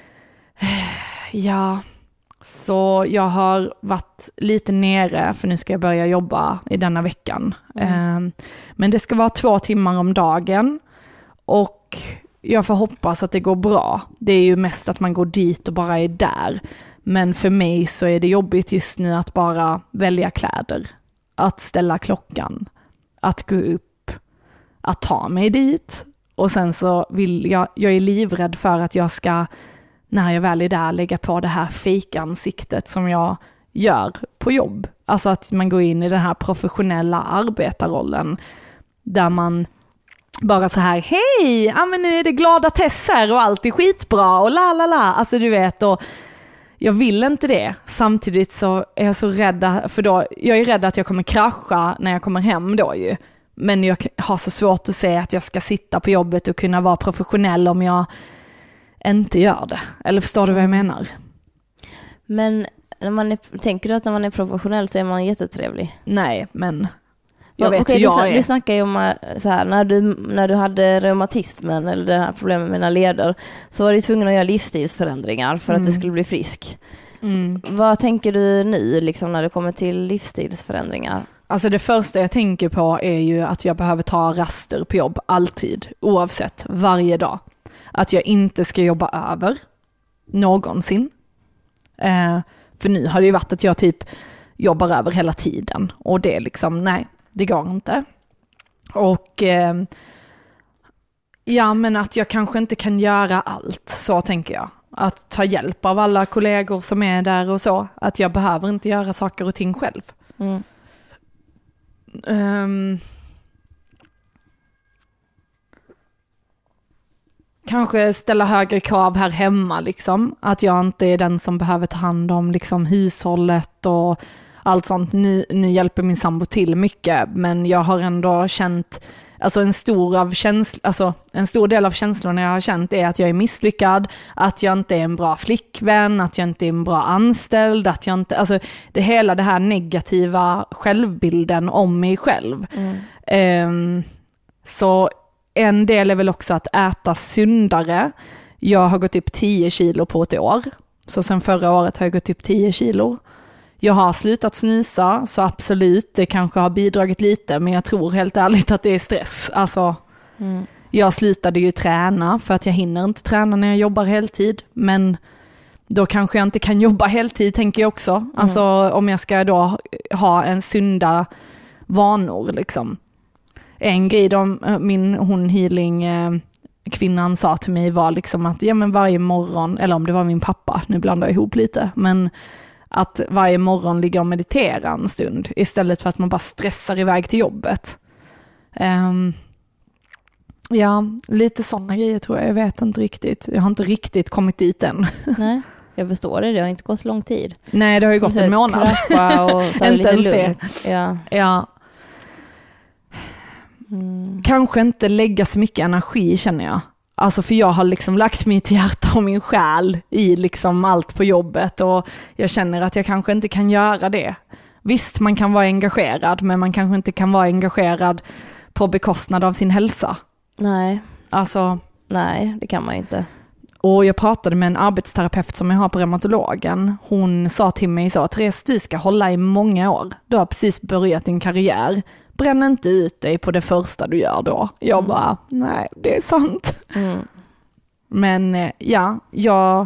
Ja... Så jag har varit lite nere, för nu ska jag börja jobba i denna veckan. Mm. Men det ska vara två timmar om dagen och jag får hoppas att det går bra. Det är ju mest att man går dit och bara är där. Men för mig så är det jobbigt just nu att bara välja kläder, att ställa klockan, att gå upp, att ta mig dit. Och sen så vill jag, jag är livrädd för att jag ska, när jag väl är där, lägga på det här fejkansiktet som jag gör på jobb. Alltså att man går in i den här professionella arbetarrollen där man bara så här, hej, ja men nu är det glada Tesser och allt är skitbra och la la la. Alltså du vet, och jag vill inte det. Samtidigt så är jag så rädd, för då, jag är rädd att jag kommer krascha när jag kommer hem då ju. Men jag har så svårt att säga att jag ska sitta på jobbet och kunna vara professionell om jag inte gör det. Eller förstår du vad jag menar? Men när man är, tänker du att när man är professionell så är man jättetrevlig? Nej, men jag vet Okej, hur jag du, är. Du snackar ju om så här, när du, när du hade reumatismen eller det här problemet med dina leder, så var du tvungen att göra livsstilsförändringar för mm. att du skulle bli frisk. Mm. Vad tänker du nu liksom, när det kommer till livsstilsförändringar? Alltså det första jag tänker på är ju att jag behöver ta raster på jobb alltid, oavsett, varje dag. Att jag inte ska jobba över någonsin. Eh, för nu har det ju varit att jag typ jobbar över hela tiden. Och det är liksom, nej, det går inte. Och eh, ja, men att jag kanske inte kan göra allt, så tänker jag. Att ta hjälp av alla kollegor som är där och så. Att jag behöver inte göra saker och ting själv. Mm. Um, kanske ställa högre krav här hemma liksom, att jag inte är den som behöver ta hand om liksom hushållet och allt sånt. Nu, nu hjälper min sambo till mycket, men jag har ändå känt, alltså en stor av känsl- alltså en stor del av känslorna jag har känt är att jag är misslyckad, att jag inte är en bra flickvän, att jag inte är en bra anställd, att jag inte, alltså det hela det här negativa självbilden om mig själv. Mm. Um, så en del är väl också att äta sundare. Jag har gått upp tio kilo på ett år. Så sen förra året har jag gått upp tio kilo. Jag har slutat snusa, så absolut, det kanske har bidragit lite, men jag tror helt ärligt att det är stress. Alltså, mm. jag slutade ju träna för att jag hinner inte träna när jag jobbar heltid, men då kanske jag inte kan jobba heltid, tänker jag också. Mm. Alltså om jag ska då ha en sunda vanor liksom. En grej de, min hon healing kvinnan sa till mig var liksom att ja, men varje morgon, eller om det var min pappa, nu blandar jag ihop lite, men att varje morgon ligga och meditera en stund istället för att man bara stressar iväg till jobbet. Um, ja, lite sådana grejer tror jag. Jag vet inte riktigt. Jag har inte riktigt kommit dit än. Nej, jag förstår det. Det har inte gått lång tid. Nej, det har ju gått en månad. Och ta det lite lugnt. Ja. Ja. Mm. Kanske inte lägga så mycket energi, känner jag. Alltså för jag har liksom lagt mitt hjärta och min själ i liksom allt på jobbet, och jag känner att jag kanske inte kan göra det. Visst, man kan vara engagerad, men man kanske inte kan vara engagerad på bekostnad av sin hälsa. Nej. Alltså, nej, det kan man inte. Och jag pratade med en arbetsterapeut som jag har på reumatologen. Hon sa till mig så: Therese, du ska hålla i många år. Du har precis börjat din karriär. Bränn inte ut dig på det första du gör då. Jag mm. bara, nej, det är sant. Mm. Men ja, jag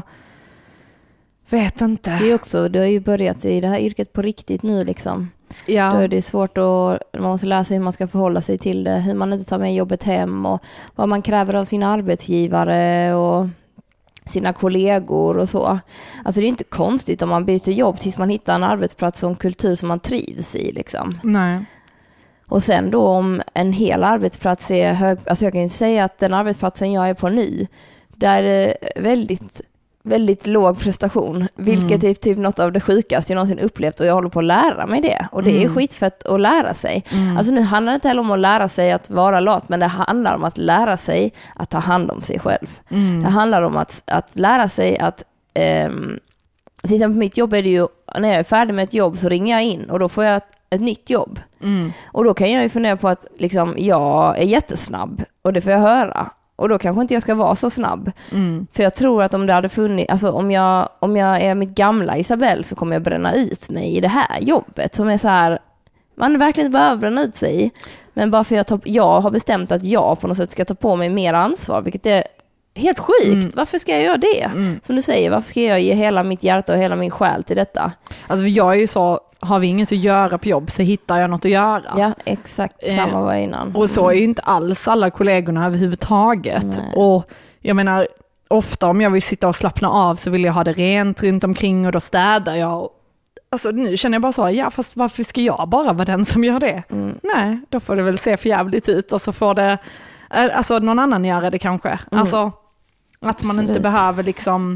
vet inte. Det är också, du har ju börjat i det här yrket på riktigt nu liksom. Ja. Då är det svårt att, man måste lära sig hur man ska förhålla sig till det. Hur man inte tar med jobbet hem och vad man kräver av sina arbetsgivare och sina kollegor och så. Alltså det är inte konstigt om man byter jobb tills man hittar en arbetsplats och en kultur som man trivs i liksom. Nej. Och sen då om en hel arbetsplats är hög, alltså jag kan inte säga att den arbetsplatsen jag är på nu, där är det väldigt, väldigt låg prestation, vilket mm. är typ något av det sjukaste jag någonsin upplevt, och jag håller på att lära mig det. Och det mm. är skitfett att lära sig. Mm. Alltså nu handlar det inte heller om att lära sig att vara lat, men det handlar om att lära sig att ta hand om sig själv. Mm. Det handlar om att, att lära sig att um, till exempel på mitt jobb är det ju, när jag är färdig med ett jobb så ringer jag in och då får jag ett, ett nytt jobb. Mm. Och då kan jag ju fundera på att liksom, jag är jättesnabb och det får jag höra. Och då kanske inte jag ska vara så snabb. Mm. För jag tror att om det hade funnits, alltså om jag, om jag är mitt gamla Isabelle så kommer jag bränna ut mig i det här jobbet som är så här, man verkligen behöver bränna ut sig i. Men bara för att jag, jag har bestämt att jag på något sätt ska ta på mig mer ansvar, vilket är helt sjukt. Mm. Varför ska jag göra det? Mm. Som du säger, varför ska jag ge hela mitt hjärta och hela min själ till detta? Alltså jag är ju så, har vi inget att göra på jobb så hittar jag något att göra. Ja, exakt samma eh, var innan. Och så är ju inte alls alla kollegorna överhuvudtaget. Nej. Och jag menar, ofta om jag vill sitta och slappna av så vill jag ha det rent runt omkring och då städar jag. Alltså nu känner jag bara så, ja fast varför ska jag bara vara den som gör det? Mm. Nej, då får det väl se för jävligt ut och så får det, alltså någon annan göra det kanske. Mm. Alltså att man Absolut. Inte behöver liksom,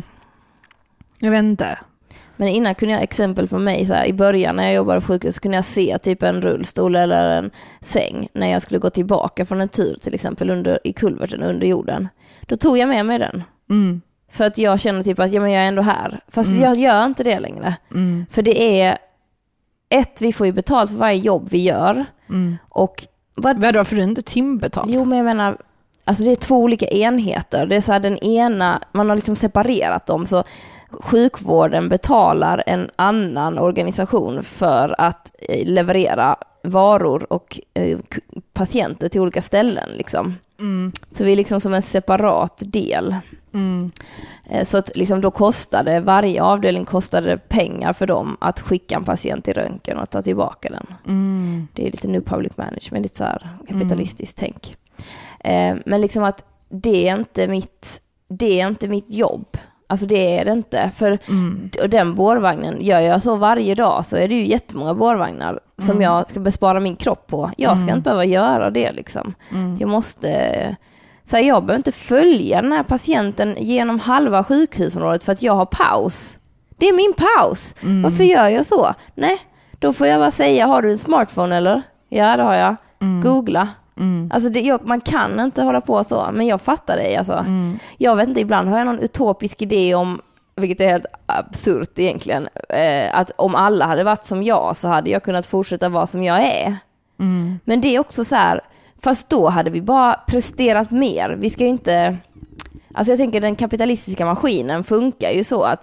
jag vet inte. Men innan kunde jag exempel för mig så här, i början när jag jobbade på sjukhus så kunde jag se typ en rullstol eller en säng när jag skulle gå tillbaka från en tur till exempel under, i kulverten under jorden. Då tog jag med mig den. Mm. För att jag känner typ att ja, men jag är ändå här. Fast mm. jag gör inte det längre. Mm. För det är ett, vi får ju betalt för varje jobb vi gör. Mm. Och vad är det för inte timbetalt? Jo, men jag menar, alltså det är två olika enheter. Det är så här, den ena, man har liksom separerat dem så sjukvården betalar en annan organisation för att leverera varor och eh, patienter till olika ställen liksom. Mm. Så vi är liksom som en separat del. Mm. Eh, så att liksom då kostade, varje avdelning kostade pengar för dem att skicka en patient till röntgen och ta tillbaka den. Mm. Det är lite new public management, lite så här kapitalistiskt mm. tänk. Eh, men liksom att det är inte mitt, det är inte mitt jobb. Alltså det är det inte. För mm. den bårvagnen, gör jag så varje dag så är det ju jättemånga bårvagnar som mm. jag ska bespara min kropp på. Jag ska mm. inte behöva göra det liksom. Mm. Jag måste, så här, jag behöver inte följa den här patienten genom halva sjukhusområdet för att jag har paus. Det är min paus. Mm. Varför gör jag så? Nej, då får jag bara säga, har du en smartphone eller? Ja, det har jag. Mm. Googla. Mm. Alltså det, jag, man kan inte hålla på så, men jag fattar det alltså. Mm. Jag vet inte, ibland har jag någon utopisk idé om, vilket är helt absurt egentligen, eh, att om alla hade varit som jag så hade jag kunnat fortsätta vara som jag är. Mm. Men det är också så här, fast då hade vi bara presterat mer. Vi ska ju inte, alltså jag tänker den kapitalistiska maskinen funkar ju så att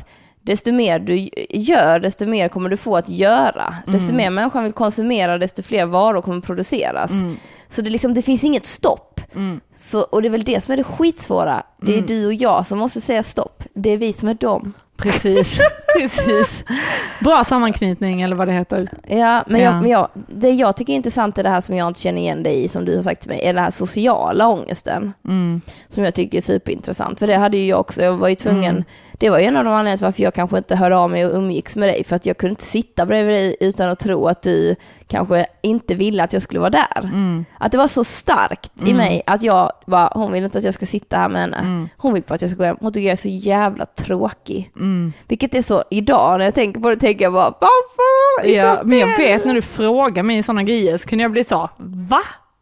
desto mer du gör, desto mer kommer du få att göra. Mm. Desto mer människan vill konsumera, desto fler varor kommer produceras. Mm. Så det, liksom, det finns inget stopp. Mm. Så, och det är väl det som är det skitsvåra. Det är mm. du och jag som måste säga stopp. Det är vi som är dem. Precis, precis. Bra sammanknytning eller vad det heter. Ja, men, ja. Jag, men jag, det jag tycker är intressant är det här som jag inte känner igen dig i, som du har sagt till mig, är den här sociala ångesten. Mm. Som jag tycker är superintressant. För det hade ju jag också, jag var ju tvungen, mm. det var ju en av de anledningarna varför jag kanske inte hörde av mig och umgicks med dig. För att jag kunde inte sitta bredvid dig utan att tro att du kanske inte ville att jag skulle vara där. Mm. Att det var så starkt mm. i mig att jag bara, hon vill inte att jag ska sitta här med henne. Mm. Hon vill bara att jag ska gå hem. Hon tycker jag är så jävla tråkig. Mm. Vilket är så, idag när jag tänker på det tänker jag bara, varför? Ja, men jag vet när du frågar mig sådana grejer så kunde jag bli så, va?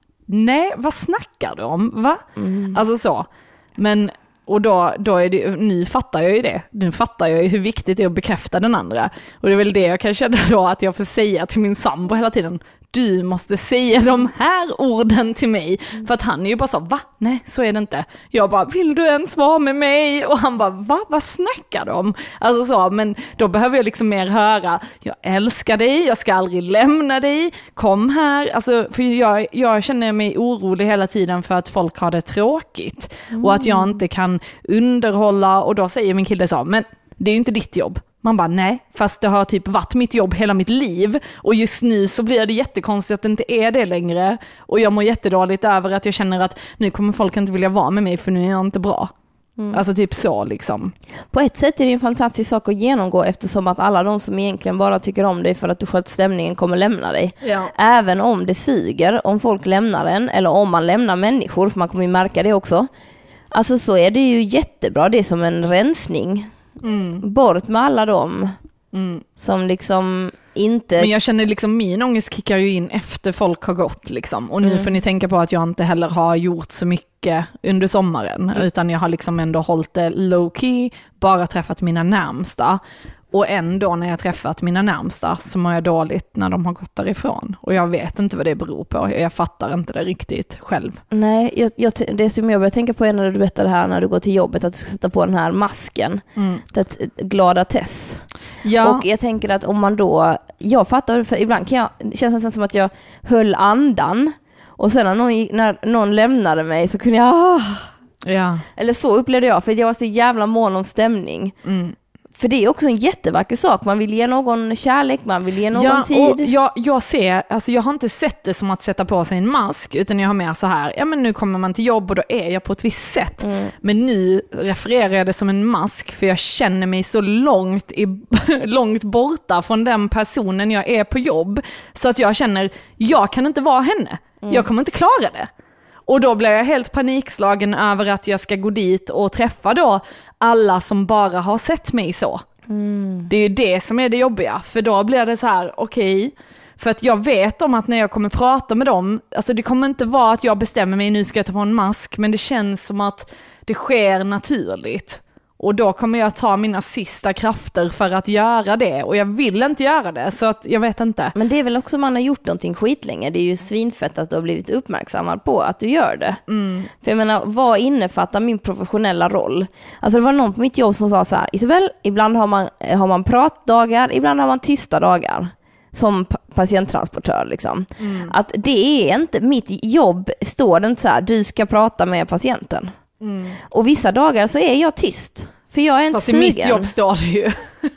Nej, vad snackar du om? Va? Mm. Alltså så. Men och då, då är det, nu fattar jag ju det. Nu fattar jag ju hur viktigt det är att bekräfta den andra. Och det är väl det jag kan känna då att jag får säga till min sambo hela tiden. Du måste säga de här orden till mig. Mm. För att han är ju bara så, va? Nej, så är det inte. Jag bara, vill du ens vara med mig? Och han bara, va? Vad snackar du om? Alltså så, men då behöver jag liksom mer höra, jag älskar dig, jag ska aldrig lämna dig, kom här. Alltså, för jag, jag känner mig orolig hela tiden för att folk har det tråkigt. Mm. Och att jag inte kan underhålla. Och då säger min kille så, men det är ju inte ditt jobb. Man bara, nej, fast det har typ varit mitt jobb hela mitt liv. Och just nu så blir det jättekonstigt att det inte är det längre. Och jag mår jättedåligt över att jag känner att nu kommer folk inte vilja vara med mig för nu är jag inte bra. Mm. Alltså typ så liksom. På ett sätt är det en fantastisk sak att genomgå eftersom att alla de som egentligen bara tycker om dig för att du sköter stämningen kommer lämna dig. Ja. Även om det suger, om folk lämnar en eller om man lämnar människor, för man kommer ju märka det också. Alltså så är det ju jättebra, det är som en rensning. Mm. Bort med alla dem mm. som liksom inte... Men jag känner liksom min ångest kickar ju in efter folk har gått liksom. Och nu mm. får ni tänka på att jag inte heller har gjort så mycket under sommaren mm. utan jag har liksom ändå hållit det low key, bara träffat mina närmsta. Och ändå när jag träffat mina närmsta så mår jag dåligt när de har gått därifrån. Och jag vet inte vad det beror på. Jag fattar inte det riktigt själv. Nej, jag, jag, det som jag börjar tänka på är när du berättar det här när du går till jobbet att du ska sätta på den här masken. Mm. Det glada Tess. Ja. Och jag tänker att om man då... Jag fattar, för ibland kan jag, det känns nästan som att jag höll andan. Och sen när någon, när någon lämnade mig så kunde jag... Ja. Eller så upplevde jag, för jag var så jävla mån om stämning. Mm. För det är också en jättevacker sak. Man vill ge någon kärlek, man vill ge någon ja, tid. Och jag, jag ser, alltså jag har inte sett det som att sätta på sig en mask, utan jag har mer så här, ja men nu kommer man till jobb och då är jag på ett visst sätt. Mm. Men nu refererar jag det som en mask för jag känner mig så långt, i, långt borta från den personen jag är på jobb. Så att jag känner, jag kan inte vara henne. Mm. Jag kommer inte klara det. Och då blir jag helt panikslagen över att jag ska gå dit och träffa då alla som bara har sett mig så. Mm. Det är ju det som är det jobbiga. För då blir det så här, okej. Okay, för att jag vet om att när jag kommer prata med dem, alltså det kommer inte vara att jag bestämmer mig, nu ska jag ta på en mask. Men det känns som att det sker naturligt. Och då kommer jag ta mina sista krafter för att göra det. Och jag vill inte göra det, så att jag vet inte. Men det är väl också man har gjort någonting skitlänge. Det är ju svinfett att du har blivit uppmärksammad på att du gör det. Mm. För jag menar, vad innefattar min professionella roll? Alltså det var någon på mitt jobb som sa så här, Isabel, ibland har man, har man pratdagar, ibland har man tysta dagar. Som patienttransportör liksom. Mm. Att det är inte, mitt jobb står det inte så här, du ska prata med patienten. Mm. Och vissa dagar så är jag tyst. För jag är inte Fast sugen. Fast i mitt jobb står det ju.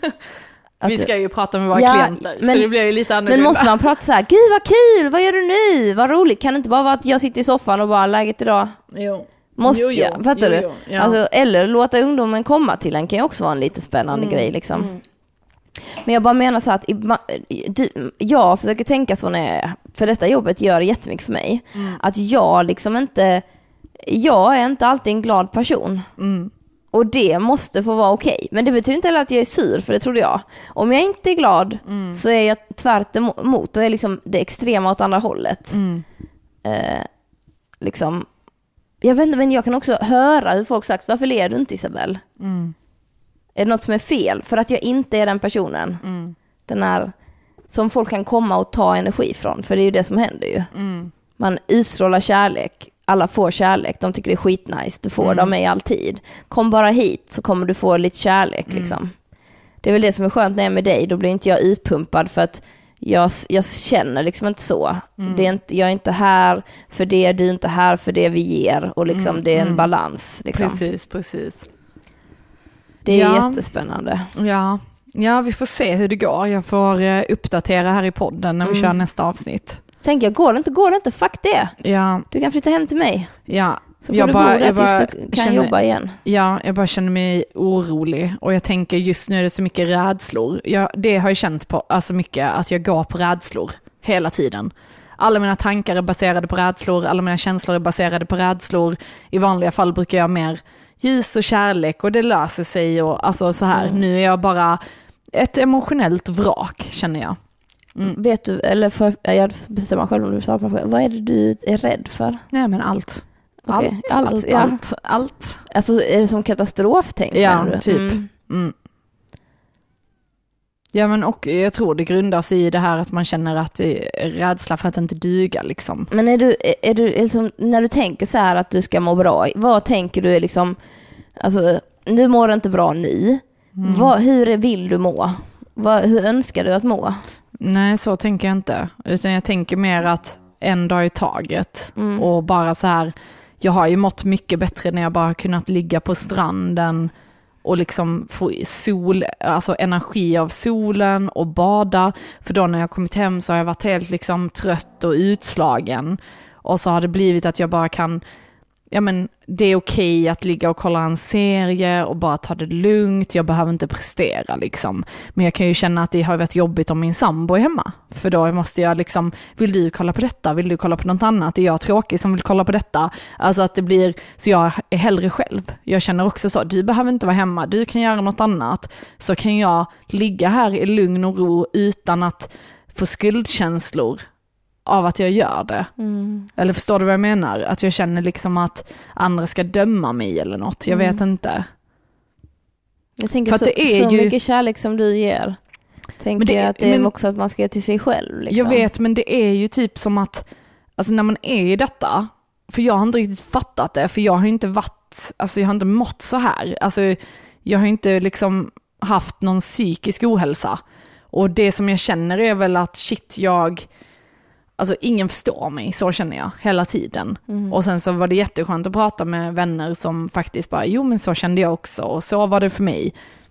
Vi ska ju prata med våra ja, klienter. Men, så det blir ju lite annorlunda. Men måste man prata så här, gud vad kul, vad gör du nu? Vad roligt, kan det inte bara vara att jag sitter i soffan och bara läget idag? Jo. Måste jo, jo. jag, fattar jo, jo. du? Ja. Alltså, eller låta ungdomen komma till en kan ju också vara en lite spännande mm. grej liksom. Mm. Men jag bara menar så att du, jag försöker tänka så när jag, för detta jobbet gör jättemycket för mig. Mm. Att jag liksom inte... Jag är inte alltid en glad person. Mm. Och det måste få vara okej. Men det betyder inte heller att jag är sur, för det trodde jag. Om jag inte är glad mm. så är jag tvärt emot. Och är liksom det extrema åt andra hållet. Mm. Eh, liksom, jag vet inte, men jag kan också höra hur folk sagt, varför ler du inte, Isabel? Mm. Är det något som är fel? För att jag inte är den personen. Mm. Den här som folk kan komma och ta energi från. För det är ju det som händer ju. Mm. Man utstrålar kärlek. Alla får kärlek, de tycker det är skitnice. Du får mm. dem i all tid. Kom bara hit så kommer du få lite kärlek mm. liksom. det är väl det som är skönt när jag är med dig. Då blir inte jag utpumpad för att jag, jag känner liksom inte så. Mm. Det är inte, jag är inte här för det, du är inte här för det vi ger. Och liksom mm. det är en mm. balans. Liksom. Precis, precis. Det är ja. jättespännande. Ja. ja, vi får se hur det går. Jag får uh, uppdatera här i podden när vi mm. kör nästa avsnitt. Tänker jag, går det inte, går det inte, fuck det. Ja. Du kan flytta hem till mig. Ja. Så får jag du bara, bo där tills bara, du kan känner, jobba igen. Ja, jag bara känner mig orolig. Och jag tänker just nu är det så mycket rädslor. Jag, det har jag känt på, alltså mycket, att jag går på rädslor hela tiden. Alla mina tankar är baserade på rädslor. Alla mina känslor är baserade på rädslor. I vanliga fall brukar jag mer ljus och kärlek och det löser sig. Och, alltså så här, mm. nu är jag bara ett emotionellt vrak, känner jag. Mm. Vet du, eller för, jag bestämmer själv om du svarar på frågan. Vad är det du är rädd för? Nej, men allt. Okay. Allt, allt, allt, ja. allt, allt. Alltså är det som katastrof, tänker ja, du? Typ. Mm. Mm. Ja, men och jag tror det grundar sig i det här att man känner att det är rädsla för att inte duga, liksom. Men är du, är du liksom, när du tänker så här att du ska må bra, vad tänker du är liksom, alltså, du mår inte bra nu. Mm. Vad, hur vill du må? Vad, hur önskar du att må? Nej, så tänker jag inte. Utan jag tänker mer att en dag i taget. Mm. Och bara så här, jag har ju mått mycket bättre när jag bara kunnat ligga på stranden och liksom få sol, alltså energi av solen och bada. För då när jag kommit hem så har jag varit helt liksom trött och utslagen. Och så har det blivit att jag bara kan, ja men det är okej att ligga och kolla en serie och bara ta det lugnt. Jag behöver inte prestera liksom. Men jag kan ju känna att det har varit jobbigt om min sambo är hemma. För då måste jag liksom, vill du kolla på detta? Vill du kolla på något annat? Är jag tråkig som vill kolla på detta? Alltså att det blir, så jag är hellre själv. Jag känner också så, du behöver inte vara hemma. Du kan göra något annat. Så kan jag ligga här i lugn och ro utan att få skuldkänslor av att jag gör det. Mm. Eller förstår du vad jag menar? Att jag känner liksom att andra ska döma mig eller något. Jag mm. vet inte. Jag tänker För så, det är så ju... mycket kärlek som du ger. Tänker jag att det är men, också att man ska ge till sig själv. Liksom. Jag vet, men det är ju typ som att alltså när man är i detta, för jag har inte riktigt fattat det, för jag har inte varit, alltså jag har inte mått så här. Alltså jag har inte liksom haft någon psykisk ohälsa. Och det som jag känner är väl att shit, jag alltså ingen förstår mig, så känner jag hela tiden. Mm. Och sen så var det jätteskönt att prata med vänner som faktiskt bara, jo men så kände jag också och så var det för mig.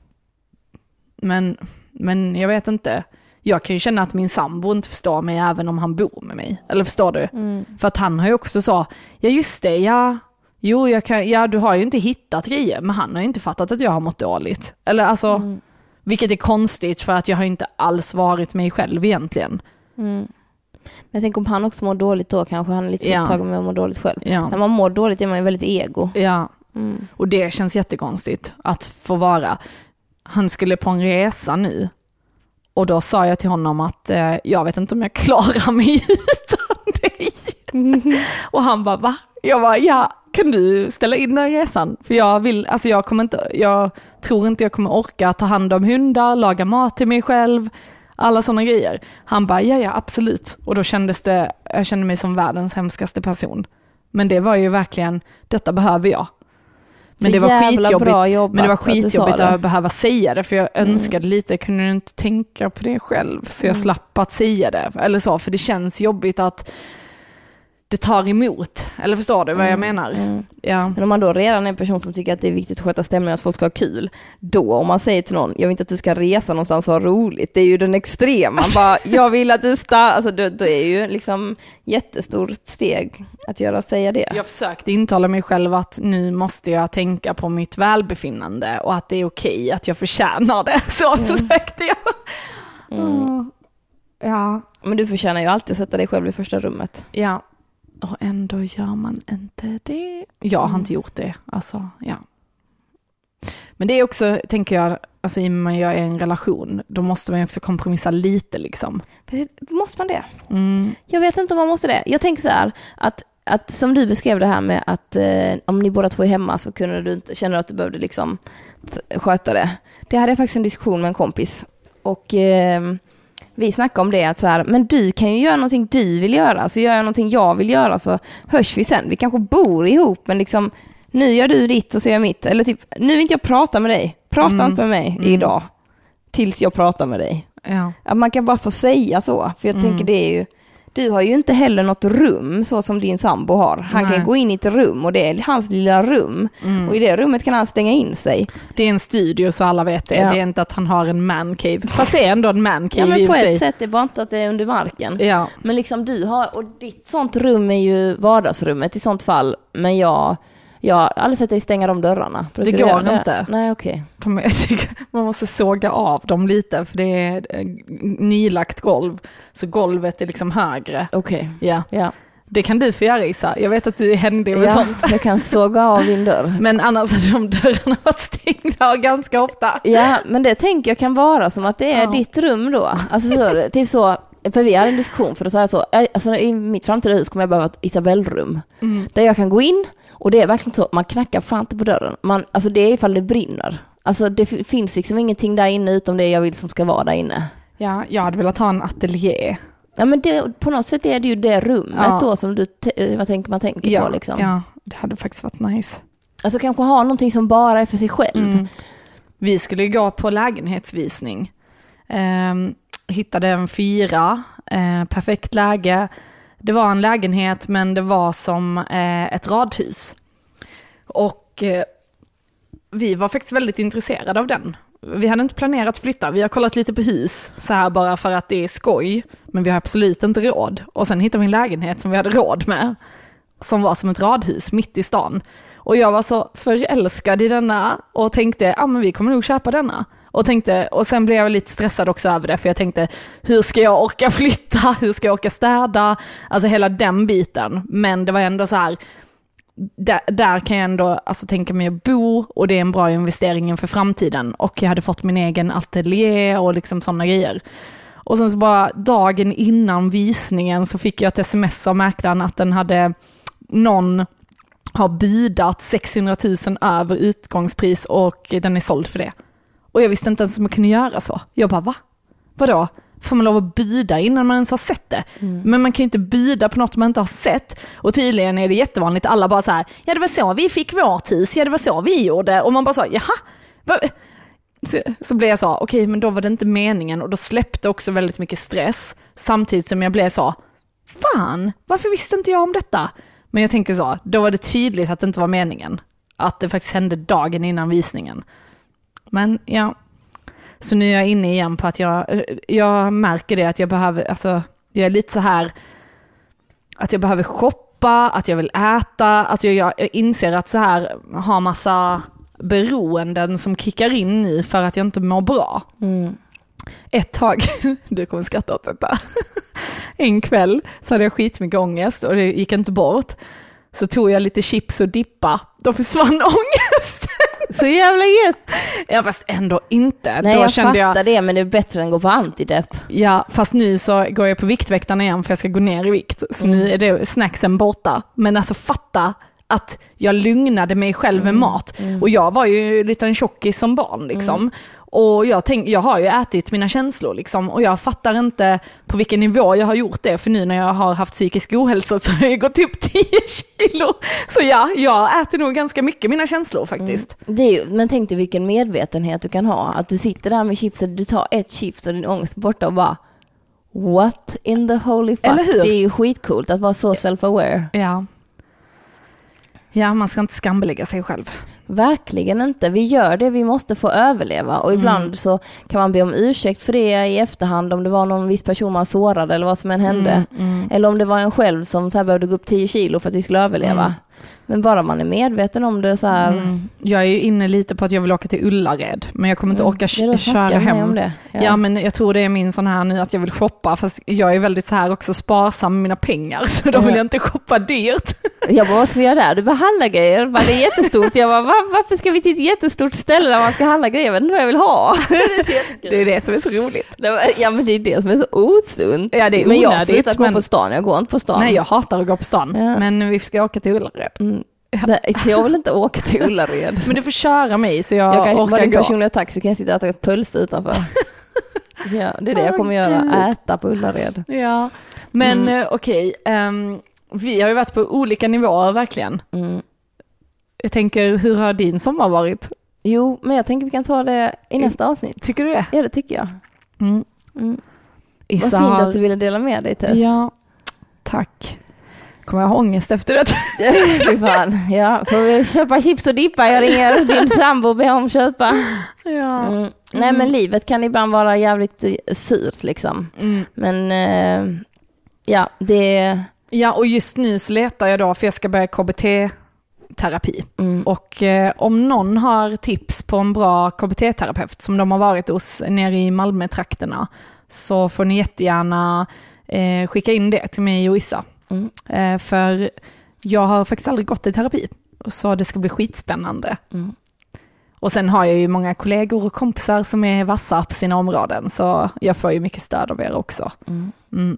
Men, men jag vet inte. Jag kan ju känna att min sambo inte förstår mig även om han bor med mig. Eller förstår du? Mm. För att han har ju också så, ja just det, ja, jo jag kan, ja du har ju inte hittat grejer, men han har ju inte fattat att jag har mått dåligt. Eller alltså, mm. vilket är konstigt för att jag har inte alls varit mig själv egentligen. Mm. Men jag tänker om han också mår dåligt då kanske han är lite ja. upptagen med att må dåligt själv. Ja. När man mår dåligt är man ju väldigt ego. Ja, mm. och det känns jättekonstigt att få vara. Han skulle på en resa nu och då sa jag till honom att eh, jag vet inte om jag klarar mig utan dig. Mm. Och han bara, va? Jag bara, ja, kan du ställa in den resan? För jag vill, alltså jag kommer inte, jag tror inte jag kommer orka ta hand om hundar, laga mat till mig själv. Alla sådana grejer. Han bara, ja ja absolut. Och då kändes det, jag kände mig som världens hemskaste person. Men det var ju verkligen, detta behöver jag. Men det var skitjobbigt, men det var skitjobbigt att, att behöva säga det. För jag mm. önskade lite, kunde du inte tänka på det själv? Så jag mm. slapp att säga det. Eller så, för det känns jobbigt att det tar emot. Eller förstår du vad jag menar? Mm. Ja. Men om man då redan är en person som tycker att det är viktigt att sköta stämningen, att folk ska ha kul, då om man säger till någon, jag vill inte att du ska resa någonstans och ha roligt, det är ju den extrema. Man bara, jag vill att du ska, alltså det, det är ju liksom jättestort steg att göra säga det. Jag försökte intala mig själv att nu måste jag tänka på mitt välbefinnande och att det är okej att jag förtjänar det. Så mm. försökte jag. Mm. Ja. Men du förtjänar ju alltid att sätta dig själv i första rummet. Ja. Och ändå gör man inte det. Jag har mm. inte gjort det. Alltså, ja. Men det är också, tänker jag, alltså i och med att jag är i en relation, då måste man ju också kompromissa lite liksom. Måste man det? Mm. Jag vet inte om man måste det. Jag tänker så här, att, att som du beskrev det här med att eh, om ni båda två är hemma så kunde du inte, känner att du behövde liksom sköta det. Det hade jag faktiskt en diskussion med en kompis. Och eh, vi snackade om det, att så här, men du kan ju göra någonting du vill göra, så gör jag någonting jag vill göra, så hörs vi sen. Vi kanske bor ihop, men liksom nu gör du ditt och så gör jag mitt. Eller typ, nu vill inte jag prata med dig. Prata mm. inte med mig mm. idag. tills jag pratar med dig. Ja. Att man kan bara få säga så. För jag Mm. tänker det är ju, du har ju inte heller något rum så som din sambo har. Han Nej. kan gå in i ett rum och det är hans lilla rum. Mm. Och i det rummet kan han stänga in sig. Det är en studio så alla vet det. Ja. Det är inte att han har en man cave. Fast det är ändå en man Ja, cave men i på och för sig. ett sätt är det bara inte att det är under marken. Ja. Men liksom du har, och ditt sånt rum är ju vardagsrummet i sånt fall. Men jag, jag har aldrig sett dig stänga de dörrarna. Det Brukar du går göra det? inte. Nej, okej. De, jag tycker man måste såga av dem lite för det är eh, nylagt golv. Så golvet är liksom högre. Okej. Ja. Ja. Det kan du få göra, Isa. Jag vet att du är händig med Ja, sånt. jag kan såga av din dörr. Men annars har de dörrarna varit stängda ganska ofta. Ja, men det tänker jag kan vara som att det är Ja. ditt rum då. Alltså så, typ så, för vi hade en diskussion för att säga så, alltså i mitt framtida hus kommer jag behöva ett Isabellrum. Mm. Där jag kan gå in och det är verkligen så, man knackar fan inte på dörren. Man, alltså det är ifall det brinner. Alltså det f- finns liksom ingenting där inne utom det jag vill som ska vara där inne. Ja, jag hade velat ha en ateljé. Ja, men det, på något sätt är det ju det rummet Ja. då som du te- man tänker, man tänker Ja, på liksom. ja, det hade faktiskt varit nice. Alltså kanske ha någonting som bara är för sig själv. Mm. Vi skulle ju gå på lägenhetsvisning. Ehm, hittade en fyra, eh, perfekt läge. Det var en lägenhet men det var som eh, ett radhus. Och eh, vi var faktiskt väldigt intresserade av den. Vi hade inte planerat flytta. Vi har kollat lite på hus så här bara för att det är skoj. Men vi har absolut inte råd. Och sen hittade vi en lägenhet som vi hade råd med. Som var som ett radhus mitt i stan. Och jag var så förälskad i denna och tänkte, ja ah, men vi kommer nog köpa denna. Och, tänkte, och sen blev jag lite stressad också över det, för jag tänkte, hur ska jag orka flytta? Hur ska jag orka städa? Alltså hela den biten. Men det var ändå så här, där, där kan jag ändå alltså, tänka mig att bo, och det är en bra investering inför framtiden. Och jag hade fått min egen ateljé och liksom sådana grejer. Och sen så bara dagen innan visningen så fick jag ett sms av mäklaren att den hade någon har budat sexhundratusen över utgångspris och den är såld för det. Och jag visste inte ens om man kunde göra så. Jag bara, va? Vadå? Får man lov att byda innan man ens har sett det? Mm. Men man kan ju inte byda på något man inte har sett. Och tydligen är det jättevanligt. Alla bara så här, ja det var så vi fick vårt hus, ja det var så vi gjorde. Och man bara så, jaha? Va? Så, så blev jag så, okej okay, men då var det inte meningen. Och då släppte också väldigt mycket stress. Samtidigt som jag blev så, fan, varför visste inte jag om detta? Men jag tänker så, då var det tydligt att det inte var meningen. Att det faktiskt hände dagen innan visningen. Men ja, så nu är jag inne igen på att jag, jag märker det att jag behöver, alltså jag är lite så här att jag behöver shoppa, att jag vill äta, alltså jag, jag inser att så här har massa beroenden som kickar in nu för att jag inte mår bra. Mm. Ett tag, du kommer skratta åt detta, en kväll så hade jag skitmycket ångest och det gick inte bort. Så tog jag lite chips och dippa, då försvann ångest. Så jävla gett. Ja, fast ändå inte. Nej, då jag kände fattar jag, det, men det är bättre än att gå på antidepp. Ja, fast nu så går jag på Viktväktarna igen för jag ska gå ner i vikt. Så mm. nu är det snacksen borta. Men alltså fatta att jag lugnade mig själv med mm. mat. Mm. Och jag var ju lite en tjockis som barn liksom. Mm. Och jag, tänk, jag har ju ätit mina känslor liksom, och jag fattar inte på vilken nivå jag har gjort det, för nu när jag har haft psykisk ohälsa så har jag gått upp tio kilo. Så ja, jag äter nog ganska mycket mina känslor faktiskt. Mm. Det är ju, men tänk dig vilken medvetenhet du kan ha, att du sitter där med chipset, du tar ett chips och din ångest borta och bara what in the holy fuck. Eller hur? Det är ju skitcoolt att vara så self-aware. Ja. Ja, man ska inte skambelägga sig själv. Verkligen inte. Vi gör det, vi måste få överleva. Och ibland mm. så kan man be om ursäkt för det i efterhand, om det var någon viss person man sårade eller vad som än hände. Mm, mm. Eller om det var en själv som så här behövde gå upp tio kilo för att vi skulle överleva. Mm. Men bara man är medveten om det så här. Mm. Jag är ju inne lite på att jag vill åka till Ullared, men jag kommer inte mm. orka k- köra hem. Om det. Ja. ja, men jag tror det är min sån här nu att jag vill shoppa, fast jag är väldigt så här också sparsam med mina pengar, så då vill jag inte shoppa dyrt. Jag bara, vad ska vi göra där? Du bara handla grejer. Bara, det är jättestort. Jag bara, var, varför ska vi till ett jättestort ställe där man ska handla grejer? Jag vet inte vad jag vill ha. Det är det som är så roligt. Ja, men det är det som är så osunt. Ja, det är men jag onödigt, slutar men... gå på stan. Jag går inte på stan. Nej, jag hatar att gå på stan. Ja. Men vi ska åka till Ullared. Mm. Nej, jag vill inte åka till Ullared. Men du får köra mig så jag, jag kan, orkar gå. Var personliga taxi kan jag sitta och äta puls utanför. Ja, det är det jag kommer göra. Äta på Ullared. Ja, men mm. okej. Okay, um, vi har ju varit på olika nivåer verkligen. Mm. Jag tänker, hur har din sommar varit? Jo, men jag tänker vi kan ta det i nästa avsnitt. Tycker du det? Ja, det tycker jag. Mm. Mm. Issa Vad fint har... att du ville dela med dig, Tess. Ja, tack. Kommer jag ha ångest efter det? Fy fan. Ja, får vi köpa chips och dippa? Jag ringer din sambo och ber om köpa. Ja. Mm. Mm. Nej, men livet kan ibland vara jävligt surt liksom. Mm. Men eh, ja, det... Ja, och just nu så letar jag då för jag ska börja K B T-terapi. Mm. Och eh, om någon har tips på en bra K B T-terapeut som de har varit hos nere i Malmö-trakterna så får ni jättegärna eh, skicka in det till mig och Issa. Mm. Eh, för jag har faktiskt aldrig gått i terapi. Så det ska bli skitspännande. Mm. Och sen har jag ju många kollegor och kompisar som är vassa på sina områden. Så jag får ju mycket stöd av er också. Mm. Mm.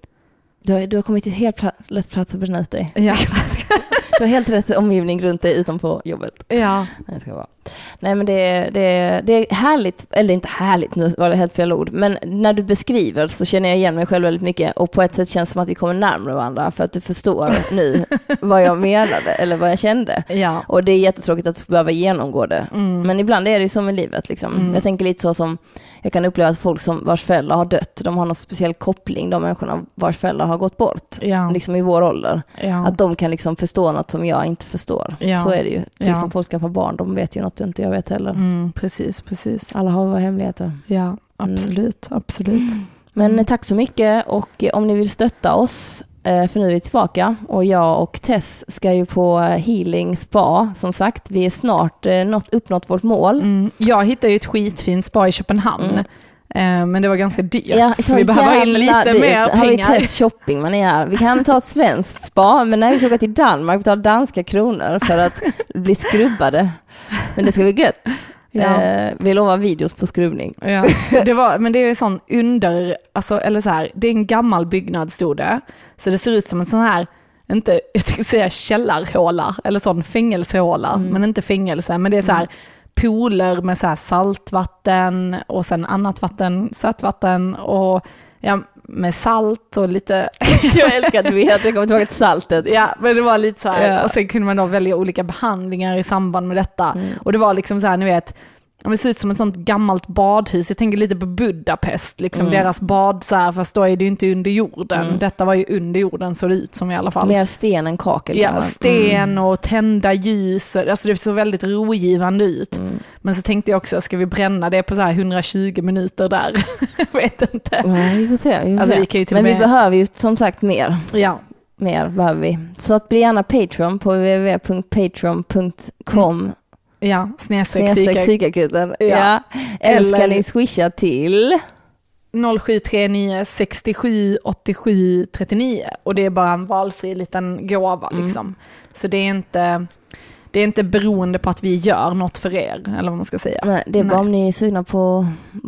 Du, har, du har kommit till helt pla- rätt plats att brinna ut dig. Ja. Du har helt rätt omgivning runt dig utom på jobbet. Ja. Nej, jag ska vara. Nej, men det, det, det är härligt, eller inte härligt, nu var det helt fel ord, men när du beskriver så känner jag igen mig själv väldigt mycket och på ett sätt känns det som att vi kommer närmare varandra för att du förstår nu vad jag menade eller vad jag kände. Ja. Och det är jättetråkigt att behöva genomgå det. Mm. Men ibland är det ju som i livet liksom. Mm. Jag tänker lite så som jag kan uppleva att folk som vars föräldrar har dött, de har någon speciell koppling, de människorna vars föräldrar har gått bort, Ja. liksom i vår ålder. Ja. Att de kan liksom förstå något som jag inte förstår. Ja. Så är det ju. Typ Ja. som folk skaffar barn, de vet ju något inte jag vet heller. Mm, precis, precis. Alla har våra hemligheter. Ja, absolut, absolut. Men Mm. tack så mycket och om ni vill stötta oss, för nu är vi tillbaka och jag och Tess ska ju på healing spa som sagt. Vi är snart nått, uppnått vårt mål. Mm. Jag hittade ju ett skitfint spa i Köpenhamn. Mm. Eh, men det var ganska dyrt. Ja, så vi behöver in lite dyrt. mer Har vi pengar. Tess shopping man är här. Vi kan ta ett svenskt spa, men när vi ska åka till Danmark vi tar danska kronor för att bli skrubbade. Men det ska bli gött. Ja. Eh, vi lovar videos på skrubbning. Ja, det var, men det är en sån under, alltså, eller så här, det är en gammal byggnad stod det. Så det ser ut som en sån här, inte, jag tänkte säga källarhåla, eller sån fängelsehåla, Mm. men inte fängelse, men det är så här pooler med så här saltvatten och sen annat vatten, sötvatten och ja, med salt och lite... Jag älskar att du vet att jag kommer tillbaka till saltet. Ja, men det var lite så här, Ja. och sen kunde man då välja olika behandlingar i samband med detta. Mm. Och det var liksom så här, ni vet, det ser ut som ett sånt gammalt badhus. Jag tänker lite på Budapest, liksom Mm. deras bad så här, fast då är det ju inte under jorden. Mm. Detta var ju under jorden, så det ut som i alla fall. Mer sten än kakel. Ja, kan sten och tända ljus. Alltså det såg väldigt rogivande ut. Mm. Men så tänkte jag också, ska vi bränna det på så här hundratjugo minuter där? Jag vet inte. Ja, vi får se. Vi får Alltså, se. vi kan ju till Men och vi med- behöver ju som sagt mer. Ja. Mer behöver vi. Så att bli gärna Patreon på w w w punkt patreon punkt com Ja, snedstreck snedstreck psyka. psykakuten. Ja. Ja. Eller ska Eller- ni swisha till? noll sju tre nio sextiosju åttiosju trettionio och det är bara en valfri liten gåva Mm. liksom. Så det är inte det är inte beroende på att vi gör något för er eller vad man ska säga. Nej, det är bara Nej. om ni är sugna på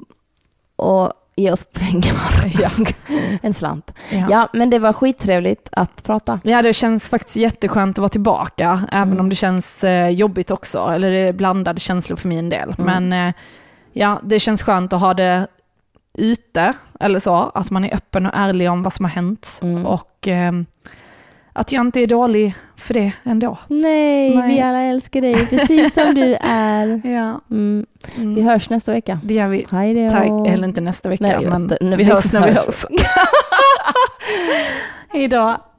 att ge oss pengar. Ja. En slant. Ja. Ja, men det var skittrevligt att prata. Ja, det känns faktiskt jätteskönt att vara tillbaka, även Mm. om det känns eh, jobbigt också, eller det är blandade känslor för min del. Mm. Men eh, ja, det känns skönt att ha det ute, eller så, att man är öppen och ärlig om vad som har hänt. Mm. Och eh, att jag inte är dålig för det ändå. Nej, Nej. vi alla älskar dig precis som du är. Ja. Mm. Mm. Vi hörs nästa vecka. Det gör vi. Hej då. Tack. Eller inte nästa vecka, Nej, jag men vet inte. När vi vi hörs när vi hörs. hörs. Hej då.